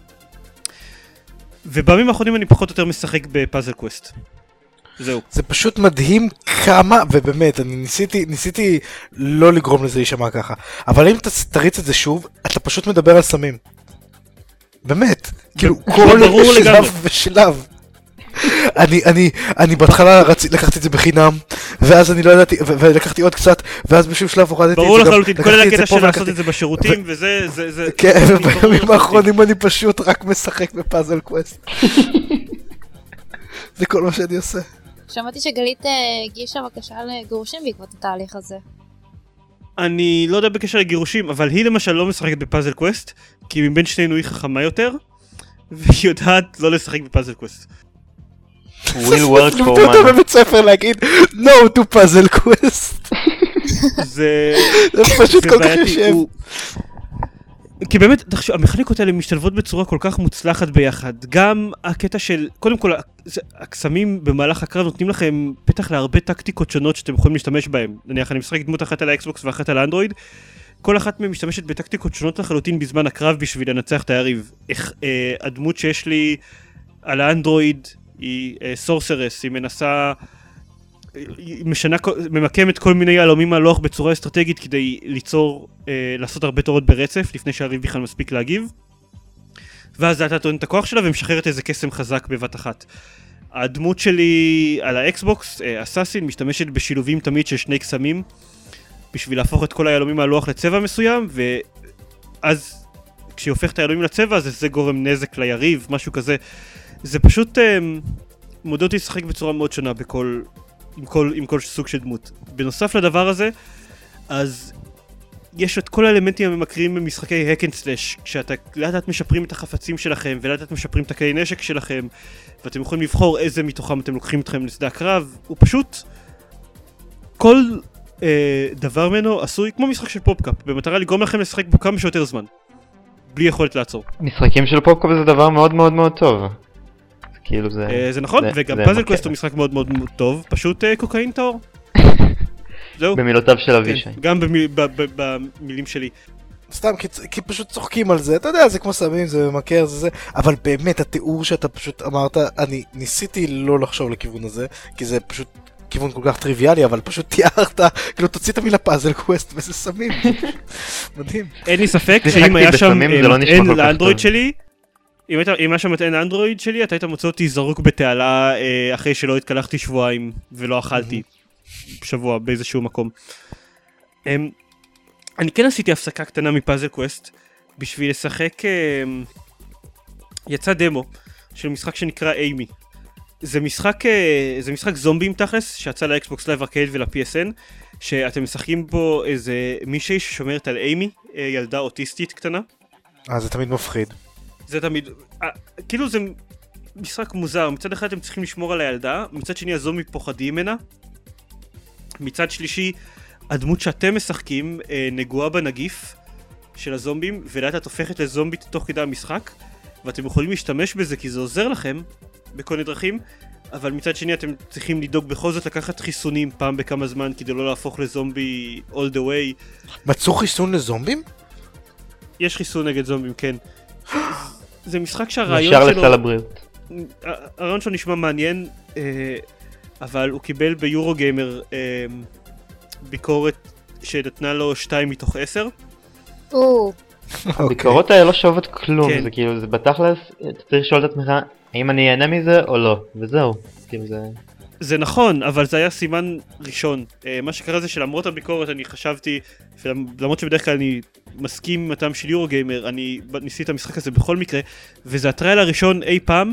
ובימים האחרונים אני פחות או יותר משחק בפאזל קווסט. זהו. זה פשוט מדהים כמה, ובאמת, אני ניסיתי לא לגרום לזה להישמע ככה, אבל אם אתה תריץ את זה שוב, אתה פשוט מדבר על סמים. באמת, כאילו כל שלב ושלב. אני בהתחלה לקחתי את זה בחינם, ואז אני לא ידעתי, ולקחתי עוד קצת, ואז בשביל שלב הורדתי את זה. ברור לחלוטין, כולל הקטע של לעשות את זה בשירותים, וזה... כן, ובימים האחרונים אני פשוט רק משחק בפאזל קווסט. זה כל מה שאני עושה. שמעתי שגלית הגישה בקשה לגירושים בעקבות התהליך הזה. אני לא יודע בקשר לגירושים, אבל היא למשל לא משחקת בפאזל קווסט, כי מבין שנינו היא חכמה יותר, והיא יודעת לא לשחק בפאזל קווסט. will work for לימדו אותו בבית ספר להגיד no to puzzle quest. זה פשוט כל כך יושב. כי באמת, המכניקות האלה משתלבות בצורה כל כך מוצלחת ביחד. גם הקטע של, קודם כל, הקסמים במהלך הקרב נותנים לכם פתח להרבה טקטיקות שונות שאתם יכולים להשתמש בהן. נניח, אני משחק דמות אחת על האקסבוקס ואחת על האנדרואיד. כל אחת מהן משתמשת בטקטיקות שונות לחלוטין בזמן הקרב בשביל לנצח את היריב. הדמות שיש לי על האנדרואיד היא סורסרס, היא מנסה... היא ממקמת כל מיני יהלומים מהלוח בצורה אסטרטגית כדי לעשות הרבה תורות ברצף לפני שהריב בכלל מספיק להגיב, ואז אתה טוען את הכוח שלה ומשחררת איזה קסם חזק בבת אחת. הדמות שלי על האקסבוקס, אסאסין, משתמשת בשילובים תמיד של 2 קסמים בשביל להפוך את כל היהלומים מהלוח לצבע מסוים, ואז כשהיא הופכת את היהלומים לצבע זה גורם נזק ליריב, משהו כזה. זה פשוט מודד אותי לשחק בצורה מאוד שונה עם כל סוג של דמות. בנוסף לדבר הזה, אז יש את כל האלמנטים הממכרים במשחקי hack and slash, כשאתה לאט לאט משפרים את החפצים שלכם, ולאט לאט משפרים את הכלי נשק שלכם, ואתם יכולים לבחור איזה מתוכם אתם לוקחים אתכם לשדה הקרב. הוא פשוט... כל דבר ממנו עשוי כמו משחק של פופקאפ, במטרה לגרום לכם לשחק בו כמה שיותר זמן, בלי יכולת לעצור. משחקים של פופקאפ זה דבר מאוד מאוד מאוד טוב. כאילו זה נכון, וגם פאזל קווסט הוא משחק מאוד מאוד טוב, פשוט קוקאין טהור. זהו. במילותיו של אבישי. גם במילים שלי. סתם, כי פשוט צוחקים על זה, אתה יודע, זה כמו סמים, זה ממכר, זה, אבל באמת, התיאור שאתה פשוט אמרת, אני ניסיתי לא לחשוב לכיוון הזה, כי זה פשוט כיוון כל כך טריוויאלי, אבל פשוט תיארת, כאילו תוציא את המילה פאזל קווסט, וזה סמים, מדהים. אין לי ספק שאם היה שם אין לאנדרואיד שלי, אם היה שם את אין אנדרואיד שלי, אתה היית מוצא אותי זרוק בתעלה אחרי שלא התקלחתי שבועיים ולא אכלתי שבוע באיזשהו מקום. אני כן עשיתי הפסקה קטנה מפאזל קווסט בשביל לשחק, יצא דמו של משחק שנקרא אימי. זה משחק זומבים תכלס שיצא לאקסבוקס לייב ארקייד ול-PSN, שאתם משחקים בו איזה מישהי ששומרת על אימי, ילדה אוטיסטית קטנה. זה תמיד מפחיד. זה תמיד, כאילו זה משחק מוזר, מצד אחד אתם צריכים לשמור על הילדה, מצד שני הזומבים פוחדים ממנה, מצד שלישי הדמות שאתם משחקים נגועה בנגיף של הזומבים, ולאט את הופכת לזומבית תוך כדי המשחק, ואתם יכולים להשתמש בזה כי זה עוזר לכם בכל מיני דרכים, אבל מצד שני אתם צריכים לדאוג בכל זאת לקחת חיסונים פעם בכמה זמן כדי לא להפוך לזומבי all the way. מצאו חיסון לזומבים? יש חיסון נגד זומבים, כן. זה משחק שהרעיון נשאר שלו... לסל הבריאות. הרעיון שלו נשמע מעניין, אבל הוא קיבל ביורו גיימר ביקורת שנתנה לו 2/10. הביקורות האלה לא שוות כלום, כן. זה כאילו, זה בתכלס, אתה צריך לשאול את עצמך, האם אני אהנה מזה או לא, וזהו, כאילו זה... זה נכון, אבל זה היה סימן ראשון. מה שקרה זה שלמרות הביקורת אני חשבתי, למרות שבדרך כלל אני מסכים עם הטעם של יורו גיימר, אני ניסיתי את המשחק הזה בכל מקרה, וזה הטרייל הראשון אי פעם,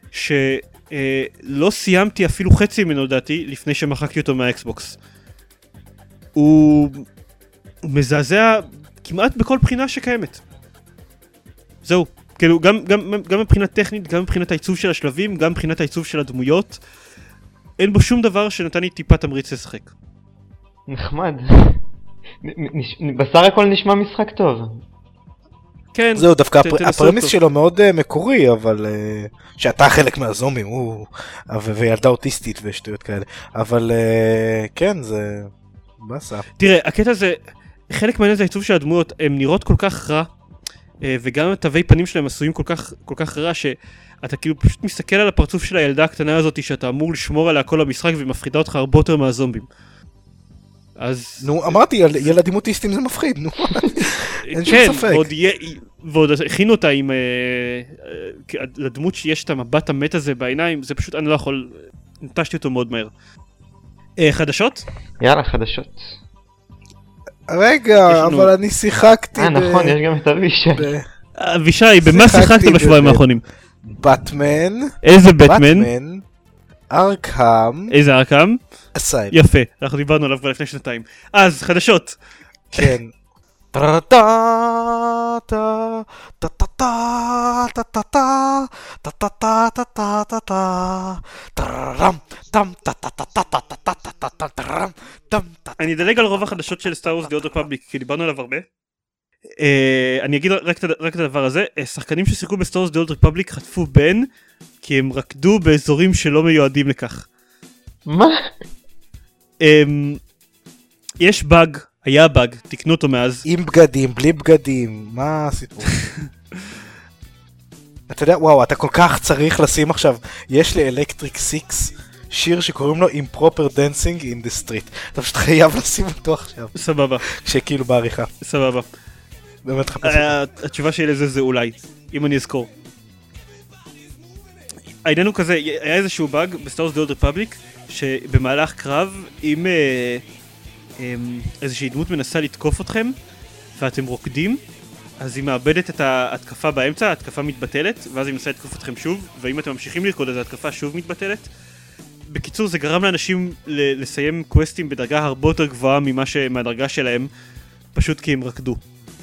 שלא סיימתי אפילו חצי ממנו לדעתי, לפני שמחקתי אותו מהאקסבוקס. הוא מזעזע כמעט בכל בחינה שקיימת. זהו, כאילו גם מבחינת טכנית, גם מבחינת העיצוב של השלבים, גם מבחינת העיצוב של הדמויות, אין בו שום דבר שנתן לי טיפה תמריץ לשחק. נחמד. בסך הכל נשמע משחק טוב. כן. זהו, דווקא הפרמיס שלו מאוד מקורי, אבל שאתה חלק מהזומים, וילדה אוטיסטית ושטויות כאלה. אבל כן, זה בסה. תראה, הקטע זה, חלק מהעניין זה העיצוב של הדמויות, הן נראות כל כך רע, וגם התווי פנים שלהם עשויים כל כך רע, שאתה כאילו פשוט מסתכל על הפרצוף של הילדה הקטנה הזאת, שאתה אמור לשמור עליה כל המשחק, והיא מפחידה אותך הרבה יותר מהזומבים. אז... נו, אמרתי, ילדים אוטיסטים זה מפחיד, נו. אין שום ספק. ועוד הכינו אותה עם... לדמות שיש את המבט המת הזה בעיניים, זה פשוט, אני לא יכול... נטשתי אותו מאוד מהר. חדשות? יאללה, חדשות. רגע, אבל אני שיחקתי נכון, יש גם את אבישי. אבישי, במה שיחקת בשבועיים האחרונים? בטמן. איזה בטמן? ארכהם. איזה ארכהם? אסיים. יפה, אנחנו דיברנו עליו כבר לפני שנתיים. אז, חדשות. כן. אני אדלג על רוב החדשות של סטאר וורס די אולד רפבליק, כי דיברנו עליו הרבה. אני אגיד רק את הדבר הזה, שחקנים ששיחקו בסטאר וורס די אולד רפבליק חטפו בן, כי הם רקדו באזורים שלא מיועדים לכך. מה? יש באג, היה באג, תקנו אותו מאז. עם בגדים, בלי בגדים, מה הסיפור? אתה יודע, וואו, אתה כל כך צריך לשים עכשיו, יש לאלקטריק 6 שיר שקוראים לו Improper Dancing in the Street. אתה פשוט חייב לשים אותו עכשיו. סבבה. כשכאילו בעריכה. סבבה. באמת חפש אותו. התשובה שלי לזה זה אולי, אם אני אזכור. העניין הוא כזה, היה איזשהו באג בסטאר וורס די אולד רפבליק, שבמהלך קרב, אם איזושהי דמות מנסה לתקוף אתכם, ואתם רוקדים, אז היא מאבדת את ההתקפה באמצע, ההתקפה מתבטלת, ואז היא מנסה לתקוף אתכם שוב, ואם אתם ממשיכים לרקוד, אז ההתקפה שוב מתבטלת. בקיצור, זה גרם לאנשים לסיים קווסטים בדרגה הרבה יותר גבוהה מהדרגה שלהם, פשוט כי הם רקדו.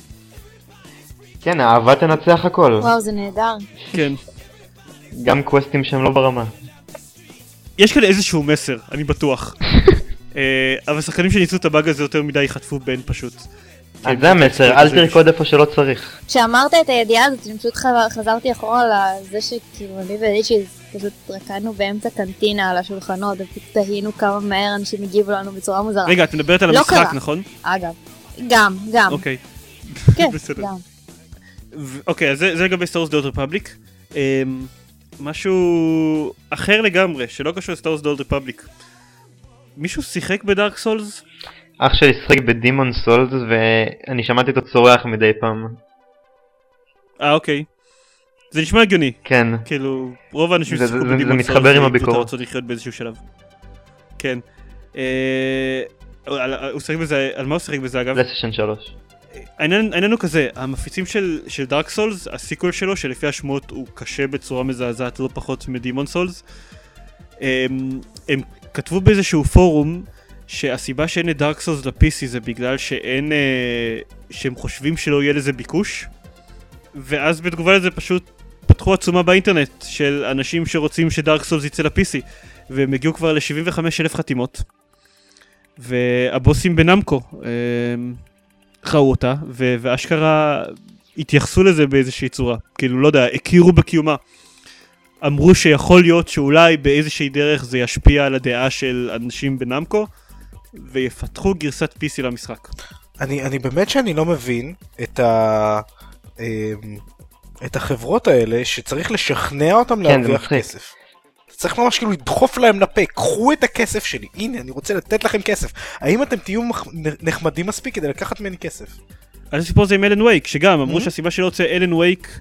כן, האהבה תנצח הכל. וואו, זה נהדר. כן. גם קווסטים שהם לא ברמה. יש כאן איזשהו מסר, אני בטוח. אבל שחקנים שניסו את הבאג הזה יותר מדי חטפו בן פשוט. אז זה המסר, אל תרקוד איפה שלא צריך. כשאמרת את הידיעה הזאת, אני פשוט חזרתי אחורה לזה שכאילו אני ואליצ'י פשוט רקדנו באמצע קנטינה על השולחנות, ופשוט תהינו כמה מהר אנשים הגיבו לנו בצורה מוזרה. רגע, את מדברת על המשחק, נכון? אגב, גם. אוקיי. כן, בסדר. גם. אוקיי, אז זה לגבי סטאר וורס די אולד רפבליק. משהו אחר לגמרי, שלא קשור לסטאר וורס די אולד רפבליק. מישהו שיחק בדארק סולס? אח שלי שיחק בדימון סולס ואני שמעתי אותו צורח מדי פעם. אוקיי. זה נשמע הגיוני. כן. כאילו, רוב האנשים זה ששיחקו בדימון סולס, מתחבר עם הביקורת. רוצות לחיות באיזשהו שלב. כן. הוא שיחק בזה, על מה הוא שיחק בזה אגב? פלייסטיישן 3. העניין הוא כזה, המפיצים של דארק סולס, הסיקוול שלו, שלפי השמות הוא קשה בצורה מזעזעת לא פחות מדימון סולס, הם כתבו באיזשהו פורום שהסיבה שאין את דארק סולס ל-PC זה בגלל שהם חושבים שלא יהיה לזה ביקוש, ואז בתגובה לזה פשוט פתחו עצומה באינטרנט של אנשים שרוצים שדארק סולס יצא ל-PC, והם הגיעו כבר ל-75,000 חתימות, והבוסים בנמקו ראו אותה, ואשכרה התייחסו לזה באיזושהי צורה, כאילו לא יודע, הכירו בקיומה, אמרו שיכול להיות שאולי באיזושהי דרך זה ישפיע על הדעה של אנשים בנמקו, ויפתחו גרסת PC למשחק. אני באמת שאני לא מבין את החברות האלה שצריך לשכנע אותם להרוויח כסף. צריך ממש כאילו לדחוף להם לפה, קחו את הכסף שלי, הנה אני רוצה לתת לכם כסף. האם אתם תהיו נחמדים מספיק כדי לקחת ממני כסף? אז הסיפור זה עם אלן וייק, שגם אמרו שהסיבה שלא רוצה אלן וייק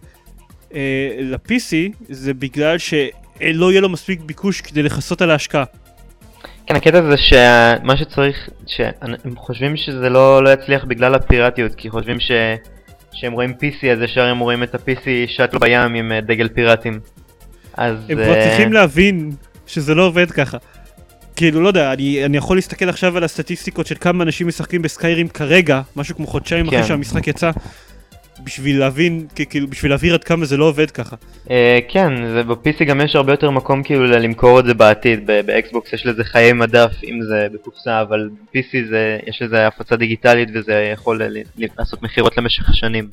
ל-PC זה בגלל שלא יהיה לו מספיק ביקוש כדי לחסות על ההשקעה. כן, הקטע זה שמה שצריך, שהם חושבים שזה לא יצליח בגלל הפיראטיות, כי חושבים שהם רואים PC, אז ישר הם רואים את ה-PC שטלו בים עם דגל פיראטים. הם כבר צריכים להבין שזה לא עובד ככה. כאילו, לא יודע, אני יכול להסתכל עכשיו על הסטטיסטיקות של כמה אנשים משחקים בסקיירים כרגע, משהו כמו חודשיים אחרי שהמשחק יצא, בשביל להבין, כאילו, בשביל להבהיר עד כמה זה לא עובד ככה. כן, ב-PC גם יש הרבה יותר מקום כאילו למכור את זה בעתיד, באקסבוקס יש לזה חיי מדף אם זה בקופסה, אבל ב-PC יש לזה הפצה דיגיטלית וזה יכול לעשות מחירות למשך השנים.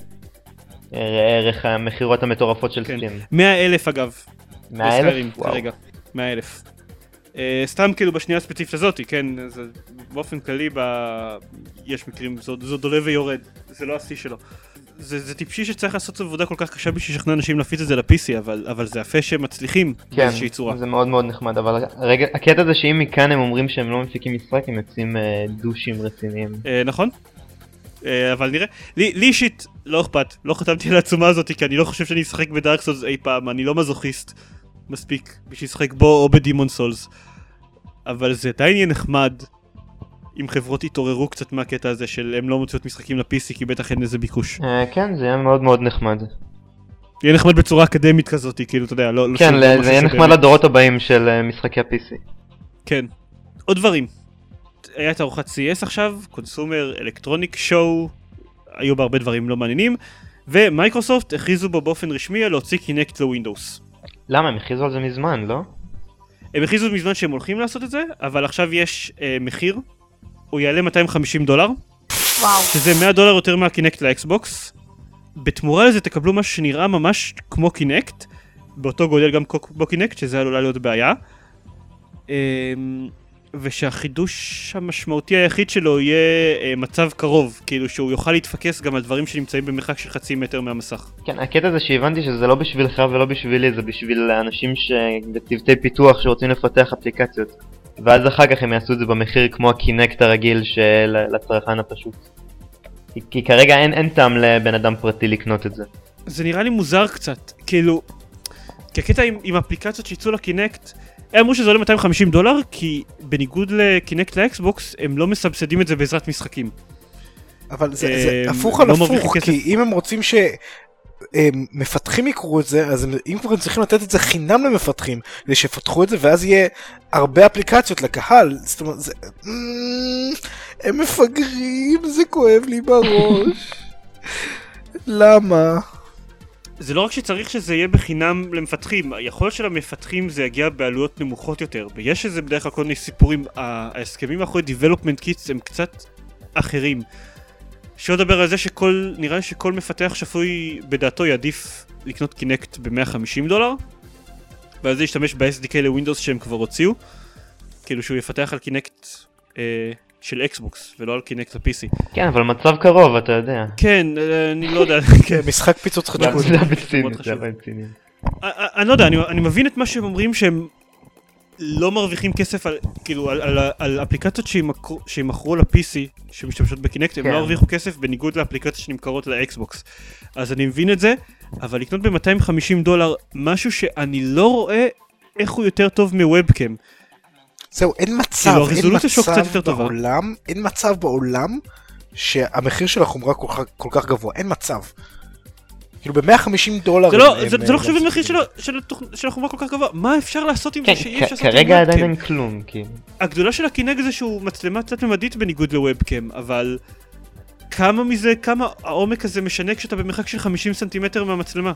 ערך המחירות המטורפות של סטים. 100,000 אגב. 100,000? כרגע. 100,000. סתם כאילו בשנייה הספציפית הזאת, כן, באופן כללי יש מקרים, זה עולה ויורד, זה לא השיא שלו. זה טיפשי שצריך לעשות עבודה כל כך קשה בשביל לשכנע אנשים להפיץ את זה ל-PC, אבל זה יפה שהם מצליחים באיזושהי צורה. כן, זה מאוד מאוד נחמד, אבל רגע, הקטע זה שאם מכאן הם אומרים שהם לא מפיקים משחק, הם יוצאים דושים רציניים. נכון. אבל נראה, לי אישית לא אכפת, לא חתמתי על העצומה הזאת כי אני לא חושב שאני אשחק בדארק סולס אי פעם, אני לא מזוכיסט מספיק בשביל לשחק בו או בדימון סולס, אבל זה עדיין יהיה נחמד אם חברות יתעוררו קצת מהקטע הזה של הם לא מוציאות משחקים ל-PC כי בטח אין איזה ביקוש. כן, זה יהיה מאוד מאוד נחמד. יהיה נחמד בצורה אקדמית כזאת, כאילו, אתה יודע, לא... כן, זה יהיה נחמד לדורות הבאים של משחקי ה-PC. כן. עוד דברים. היה את ארוחת CES עכשיו, קונסומר אלקטרוניק שואו, היו בה הרבה דברים לא מעניינים, ומייקרוסופט הכריזו בו באופן רשמי על להוציא קינקט לווינדוס. למה? הם הכריזו על זה מזמן, לא? הם הכריזו מזמן שהם הולכים לעשות את זה, אבל עכשיו יש מחיר, הוא יעלה $250, שזה $100 יותר מהקינקט לאקסבוקס. בתמורה לזה תקבלו משהו שנראה ממש כמו קינקט, באותו גודל גם כמו קינקט, שזה עלולה להיות בעיה. ושהחידוש המשמעותי היחיד שלו יהיה מצב קרוב, כאילו שהוא יוכל להתפקס גם על דברים שנמצאים במרחק של חצי מטר מהמסך. כן, הקטע זה שהבנתי שזה לא בשבילך ולא בשבילי, זה בשביל אנשים בצוותי פיתוח שרוצים לפתח אפליקציות. ואז אחר כך הם יעשו את זה במחיר כמו הקינקט הרגיל של הצרכן הפשוט. כי כרגע אין טעם לבן אדם פרטי לקנות את זה. זה נראה לי מוזר קצת, כאילו, כי הקטע עם אפליקציות שיצאו לקינקט, הם אמרו שזה עולה $250, כי בניגוד לקינקט לאקסבוקס, הם לא מסבסדים את זה בעזרת משחקים. אבל זה הפוך על הפוך, כי אם הם רוצים שמפתחים יקרו את זה, אז אם כבר הם צריכים לתת את זה חינם למפתחים, כדי שיפתחו את זה, ואז יהיה הרבה אפליקציות לקהל. זאת אומרת, הם מפגרים, זה כואב לי בראש. למה? זה לא רק שצריך שזה יהיה בחינם למפתחים, היכולת של המפתחים זה יגיע בעלויות נמוכות יותר, ויש איזה בדרך כלל כל מיני סיפורים, ההסכמים האחורי Development Kits הם קצת אחרים. שעוד דבר על זה נראה לי שכל מפתח שפוי בדעתו יעדיף לקנות קינקט ב$150, ואז זה ישתמש ב-SDK לווינדוס שהם כבר הוציאו, כאילו שהוא יפתח על קינקט של אקסבוקס, ולא על קינקט ל-PC. כן, אבל מצב קרוב, אתה יודע. כן, אני לא יודע. משחק פיצוץ חדשות. זה בציני, זה בציני. אני לא יודע, אני מבין את מה שהם אומרים שהם לא מרוויחים כסף כאילו על אפליקציות שימכרו ל-PC שמשתמשות בקינקט, הם לא הרוויחו כסף בניגוד לאפליקציות שנמכרות לאקסבוקס. אז אני מבין את זה, אבל לקנות ב$250 משהו שאני לא רואה איך הוא יותר טוב מוובקאם. זהו, אין מצב בעולם שהמחיר של החומרה כל כך גבוה, אין מצב. כאילו ב$150... זה לא חשוב במחיר של החומרה כל כך גבוה, מה אפשר לעשות עם זה שאי אפשר לעשות עם וובקאם? כרגע עדיין אין כלום, כאילו. הגדולה של הקינקט זה שהוא מצלמה תלת-ממדית בניגוד לוובקאם, אבל כמה העומק הזה משנה כשאתה במרחק של 50 סנטימטר מהמצלמה?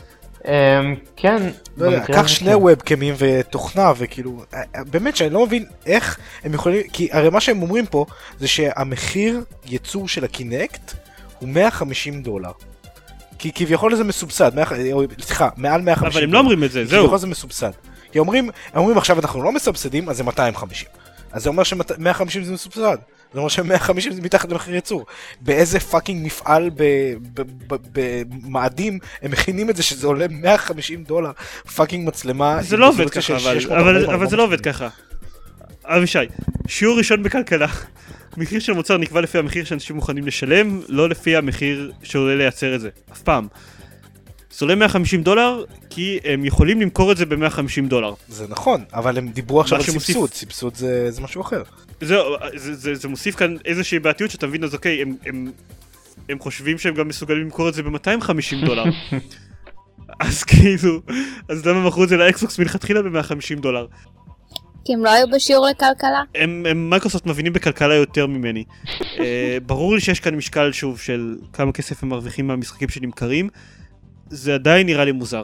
כן. קח שני וובקאמים ותוכנה וכאילו, באמת שאני לא מבין איך הם יכולים, כי הרי מה שהם אומרים פה זה שהמחיר ייצור של הקינקט הוא $150. כי כביכול זה מסובסד, מעל 150. אבל הם לא אומרים את זה, זהו. כביכול זה מסובסד. כי אומרים עכשיו אנחנו לא מסובסדים, אז זה 250. אז זה אומר ש150 זה מסובסד. זה אומר ש150 זה מתחת למחיר ייצור. באיזה פאקינג מפעל במאדים הם מכינים את זה שזה עולה $150 פאקינג מצלמה. זה לא עובד ככה, אבל זה לא עובד ככה. אבישי, שיעור ראשון בכלכלה. מחיר של מוצר נקבע לפי המחיר שאנשים מוכנים לשלם, לא לפי המחיר שעולה לייצר את זה. אף פעם. זה עולה $150 כי הם יכולים למכור את זה ב$150. זה נכון, אבל הם דיברו עכשיו על סבסוד. סבסוד זה משהו אחר. זה מוסיף כאן איזושהי בעתיות שאתה מבין, אז אוקיי, הם חושבים שהם גם מסוגלים למכור את זה ב$250. אז כאילו, אז למה מכרו את זה לאקסבוקס מלכתחילה ב$150? כי הם לא היו בשיעור לכלכלה? מייקרוסופט מבינים בכלכלה יותר ממני. ברור לי שיש כאן משקל שוב של כמה כסף הם מרוויחים מהמשחקים שנמכרים. זה עדיין נראה לי מוזר.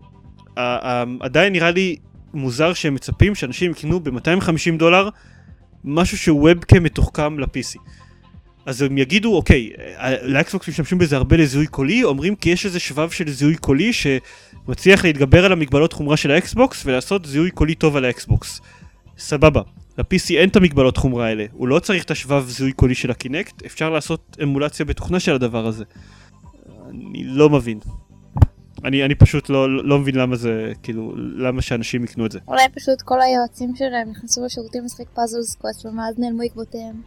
עדיין נראה לי מוזר שהם מצפים שאנשים יקנו ב$250 משהו שהוא וובקאם מתוחכם ל-PC. אז הם יגידו, אוקיי, לאקסבוקס משתמשים בזה הרבה לזיהוי קולי, אומרים כי יש איזה שבב של זיהוי קולי שמצליח להתגבר על המגבלות חומרה של האקסבוקס ולעשות זיהוי קולי טוב על האקסבוקס. סבבה. ל-PC אין את המגבלות חומרה האלה, הוא לא צריך את השבב זיהוי קולי של הקינקט, אפשר לעשות אמולציה בתוכנה של הדבר הזה. אני לא מבין. אני פשוט לא מבין למה זה, כאילו, למה שאנשים יקנו את זה. אולי פשוט כל היועצים שלהם נכנסו לשירותים לשחק פאזל קווסט ומאז נעלמו עקבותיהם.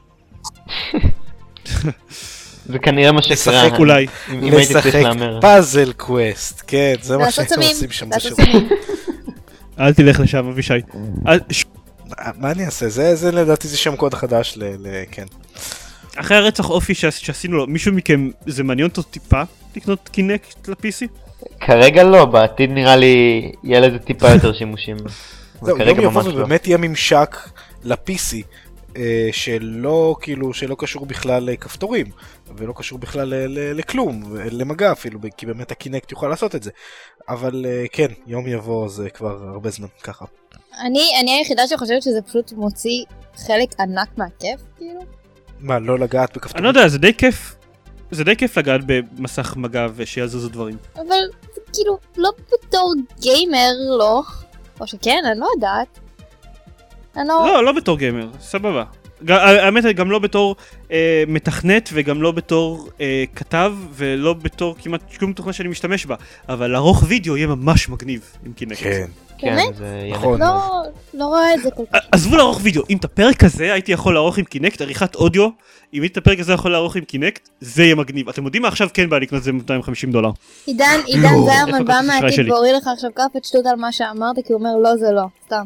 זה כנראה מה שקרה. לשחק אולי. לשחק פאזל קווסט, כן, זה מה שהם עושים שם. אל תלך לשם, אבישי. מה אני אעשה? זה לדעתי זה שם קוד חדש כן. אחרי הרצח אופי שעשינו לו, מישהו מכם, זה מעניין אותו טיפה לקנות קינקט ל-PC? כרגע לא, בעתיד נראה לי יהיה לזה טיפה יותר שימושים. זהו, יום יבוא ובאמת יהיה ממשק ל-PC שלא קשור בכלל לכפתורים ולא קשור בכלל לכלום, למגע אפילו, כי באמת הקינקט יוכל לעשות את זה. אבל כן, יום יבוא זה כבר הרבה זמן ככה. אני היחידה שחושבת שזה פשוט מוציא חלק ענק מהכיף, כאילו? מה, לא לגעת בכפתורים? אני לא יודע, זה די כיף לגעת במסך מגע ושיזוזו דברים. אבל כאילו, לא בתור גיימר, לא. או שכן, אני לא יודעת. לא בתור גיימר, סבבה. האמת היא גם לא בתור מתכנת וגם לא בתור כתב ולא בתור כמעט שום תוכנה שאני משתמש בה. אבל לערוך וידאו יהיה ממש מגניב עם קינקט. כן, זה נכון. לא רואה את זה כל כך. עזבו לערוך וידאו, אם את הפרק הזה הייתי יכול לערוך עם קינקט, עריכת אודיו, אם את הפרק הזה יכול לערוך עם קינקט, זה יהיה מגניב. אתם יודעים מה עכשיו כן בא לקנות זה $250. עידן זרמן בא מהעתיד והוריד לך עכשיו קפת שטות על מה שאמרת, כי הוא אומר לא זה לא, סתם.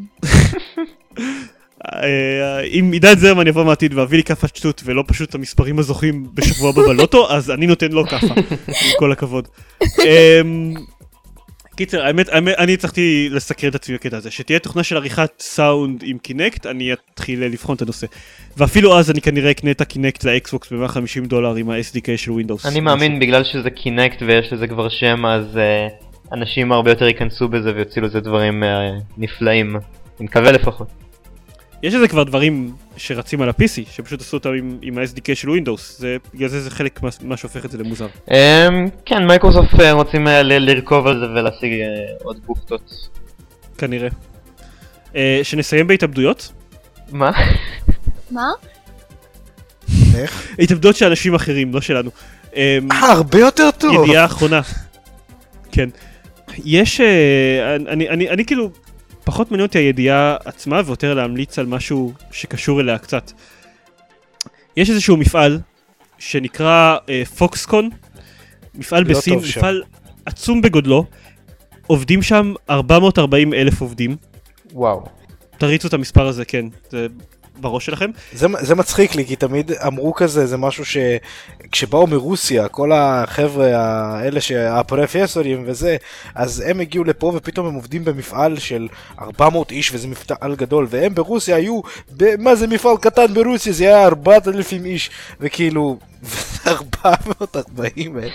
אם עידן זרמן יבוא מהעתיד והביא לי קפת שטות ולא פשוט המספרים הזוכים בשבוע בבלוטו, אז אני נותן לו קפה, עם כל הכבוד. קיצר, האמת, אני צריכתי לסקר את עצמי בקטע הזה, שתהיה תוכנה של עריכת סאונד עם קינקט, אני אתחיל לבחון את הנושא. ואפילו אז אני כנראה אקנה את הקינקט לאקסבוקס ב$150 עם ה-SDK של ווינדוס. אני מאמין בגלל שזה קינקט ויש לזה כבר שם, אז אנשים הרבה יותר ייכנסו בזה ויוציאו לזה דברים נפלאים. אני מקווה לפחות. יש איזה כבר דברים שרצים על ה-PC, שפשוט עשו אותם עם ה-SDK של ווינדוס, בגלל זה חלק מה שהופך את זה למוזר. כן, מייקרוסופט רוצים לרכוב על זה ולהשיג עוד בופטות. כנראה. שנסיים בהתאבדויות? מה? מה? איך? התאבדות של אנשים אחרים, לא שלנו. הרבה יותר טוב. ידיעה האחרונה. כן. יש, אני כאילו, פחות מעניין אותי הידיעה עצמה ויותר להמליץ על משהו שקשור אליה קצת. יש איזשהו מפעל שנקרא פוקסקון, מפעל בסין, מפעל עצום בגודלו, עובדים שם 440,000 עובדים. וואו. תריצו את המספר הזה, כן, זה בראש שלכם. זה מצחיק לי, כי תמיד אמרו כזה, זה משהו שכשבאו מרוסיה, כל החבר'ה האלה שהפרופסורים וזה, אז הם הגיעו לפה ופתאום הם עובדים במפעל של 400 איש, וזה מפעל גדול, והם ברוסיה היו, מה זה מפעל קטן ברוסיה? זה היה 4,000 איש, וכאילו, 440,000.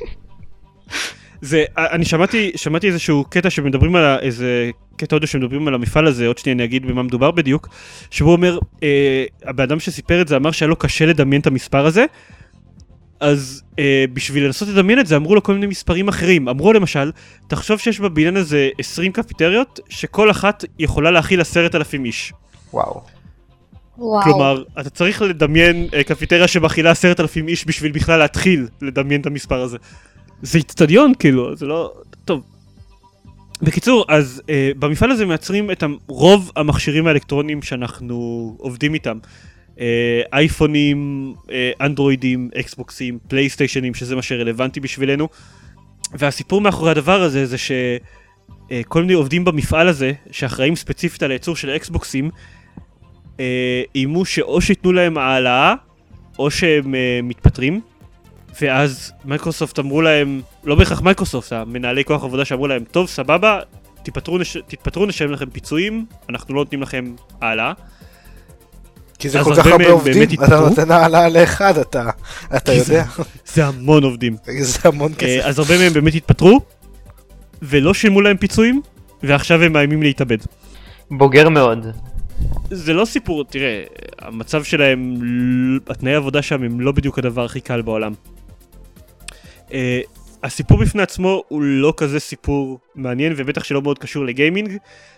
אני שמעתי איזשהו קטע שמדברים על איזה קטע עוד שמדברים על המפעל הזה, עוד שנייה אני אגיד במה מדובר בדיוק, שבו אומר, הבן אדם שסיפר את זה אמר שהיה לו קשה לדמיין את המספר הזה, אז בשביל לנסות לדמיין את זה אמרו לו כל מיני מספרים אחרים, אמרו למשל, תחשוב שיש בבניין הזה 20 קפיטריות, שכל אחת יכולה להכיל 10,000 איש. וואו. כלומר, אתה צריך לדמיין קפיטריה שמכילה 10,000 איש בשביל בכלל להתחיל לדמיין את המספר הזה. זה אצטדיון, כאילו, זה לא... טוב. בקיצור, אז במפעל הזה מייצרים את רוב המכשירים האלקטרוניים שאנחנו עובדים איתם. אייפונים, אנדרואידים, אקסבוקסים, פלייסטיישנים, שזה מה שרלוונטי בשבילנו. והסיפור מאחורי הדבר הזה זה שכל מיני עובדים במפעל הזה, שאחראים ספציפית על הייצור של אקסבוקסים, איימו שאו שיתנו להם העלאה, או שהם מתפטרים. ואז מייקרוסופט אמרו להם, לא בהכרח מייקרוסופט, המנהלי כוח עבודה שאמרו להם, טוב, סבבה, תתפטרו, נשלם לכם פיצויים, אנחנו לא נותנים לכם העלאה. כי זה כל כך הרבה עובדים, אתה נותן העלאה לאחד, אתה יודע. זה המון עובדים. זה המון כסף. אז הרבה מהם באמת התפטרו, ולא שילמו להם פיצויים, ועכשיו הם מאיימים להתאבד. בוגר מאוד. זה לא סיפור, תראה, המצב שלהם, התנאי העבודה שם הם לא בדיוק הדבר הכי קל בעולם. הסיפור בפני עצמו הוא לא כזה סיפור מעניין, ובטח שלא מאוד קשור לגיימינג.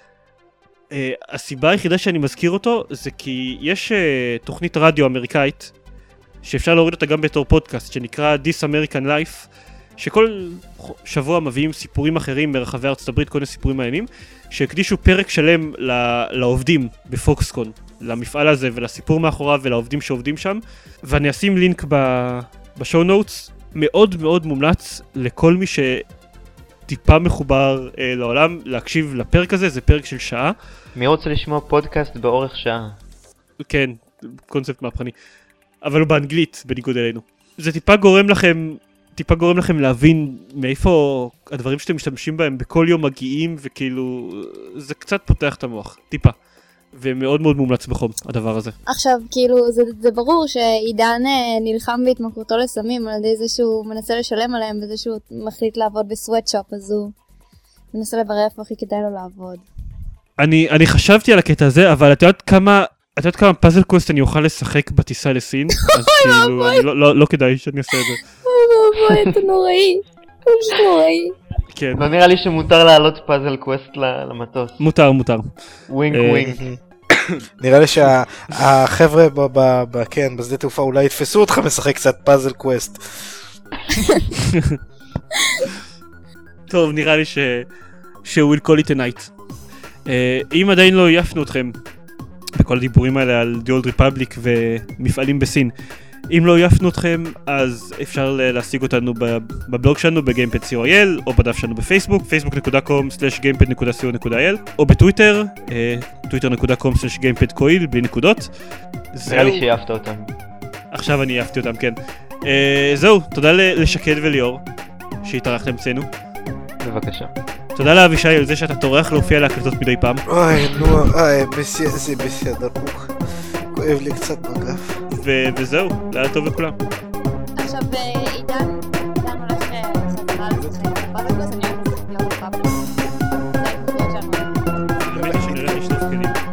הסיבה היחידה שאני מזכיר אותו, זה כי יש תוכנית רדיו אמריקאית, שאפשר להוריד אותה גם בתור פודקאסט, שנקרא This American Life, שכל שבוע מביאים סיפורים אחרים מרחבי ארצות הברית, כל מיני סיפורים מעניינים, שהקדישו פרק שלם לעובדים בפוקסקון, למפעל הזה ולסיפור מאחוריו ולעובדים שעובדים שם, ואני אשים לינק בשואו נוטס, מאוד מאוד מומלץ לכל מי שטיפה מחובר לעולם, להקשיב לפרק הזה, זה פרק של שעה. מי רוצה לשמוע פודקאסט באורך שעה? כן, קונספט מהפכני, אבל הוא באנגלית בניגוד אלינו. זה טיפה גורם לכם להבין מאיפה הדברים שאתם משתמשים בהם בכל יום מגיעים, וכאילו זה קצת פותח את המוח, טיפה. ומאוד מאוד מומלץ בחום, הדבר הזה. עכשיו, כאילו, זה ברור שעידן נלחם בהתמכרותו לסמים על ידי זה שהוא מנסה לשלם עליהם, וזה שהוא מחליט לעבוד בסוואטשופ, אז הוא מנסה לברר איפה הכי כדאי לו לעבוד. אני חשבתי על הקטע הזה, אבל את יודעת כמה פאזל קווסט אני אוכל לשחק בטיסה לסין? אז כאילו, לא כדאי שאני אעשה את זה. אוי, אתה נוראי. פשוט נוראי. כן. לא נראה לי שמותר לעלות פאזל קווסט למטוס. מותר. ווינק ווינק. נראה לי שהחבר'ה בשדה תעופה אולי יתפסו אותך משחק קצת פאזל קווסט. טוב, נראה לי we'll call it a night. אם עדיין לא יפנו אתכם בכל הדיבורים האלה על The Old Republic ומפעלים בסין, אם לא יפנו אתכם, אז אפשר להשיג אותנו בבלוג שלנו ב-gamepad.co.il, או בדף שלנו בפייסבוק, facebook.com/gamepad.co.il, או בטוויטר, twitter.com/gamepad.coil, בלי נקודות. נראה לי שיפת אותם. עכשיו אני יפתי אותם, כן. זהו, תודה לשקד וליאור, שהתארחתם אצלנו. בבקשה. תודה לאבישי על זה שאתה טורח להופיע להקלטות מדי פעם. אוי, נו, זה בסדר, כואב לי קצת בגף. וזהו, לילה טוב לכולם. עכשיו, עידן הולך חזרה לשחק בפאזל קווסט, אני הולך לשחק להיות בפאזל קווסט. זה ההתמכרות שלנו. באמת שנראה לשטוף כלים.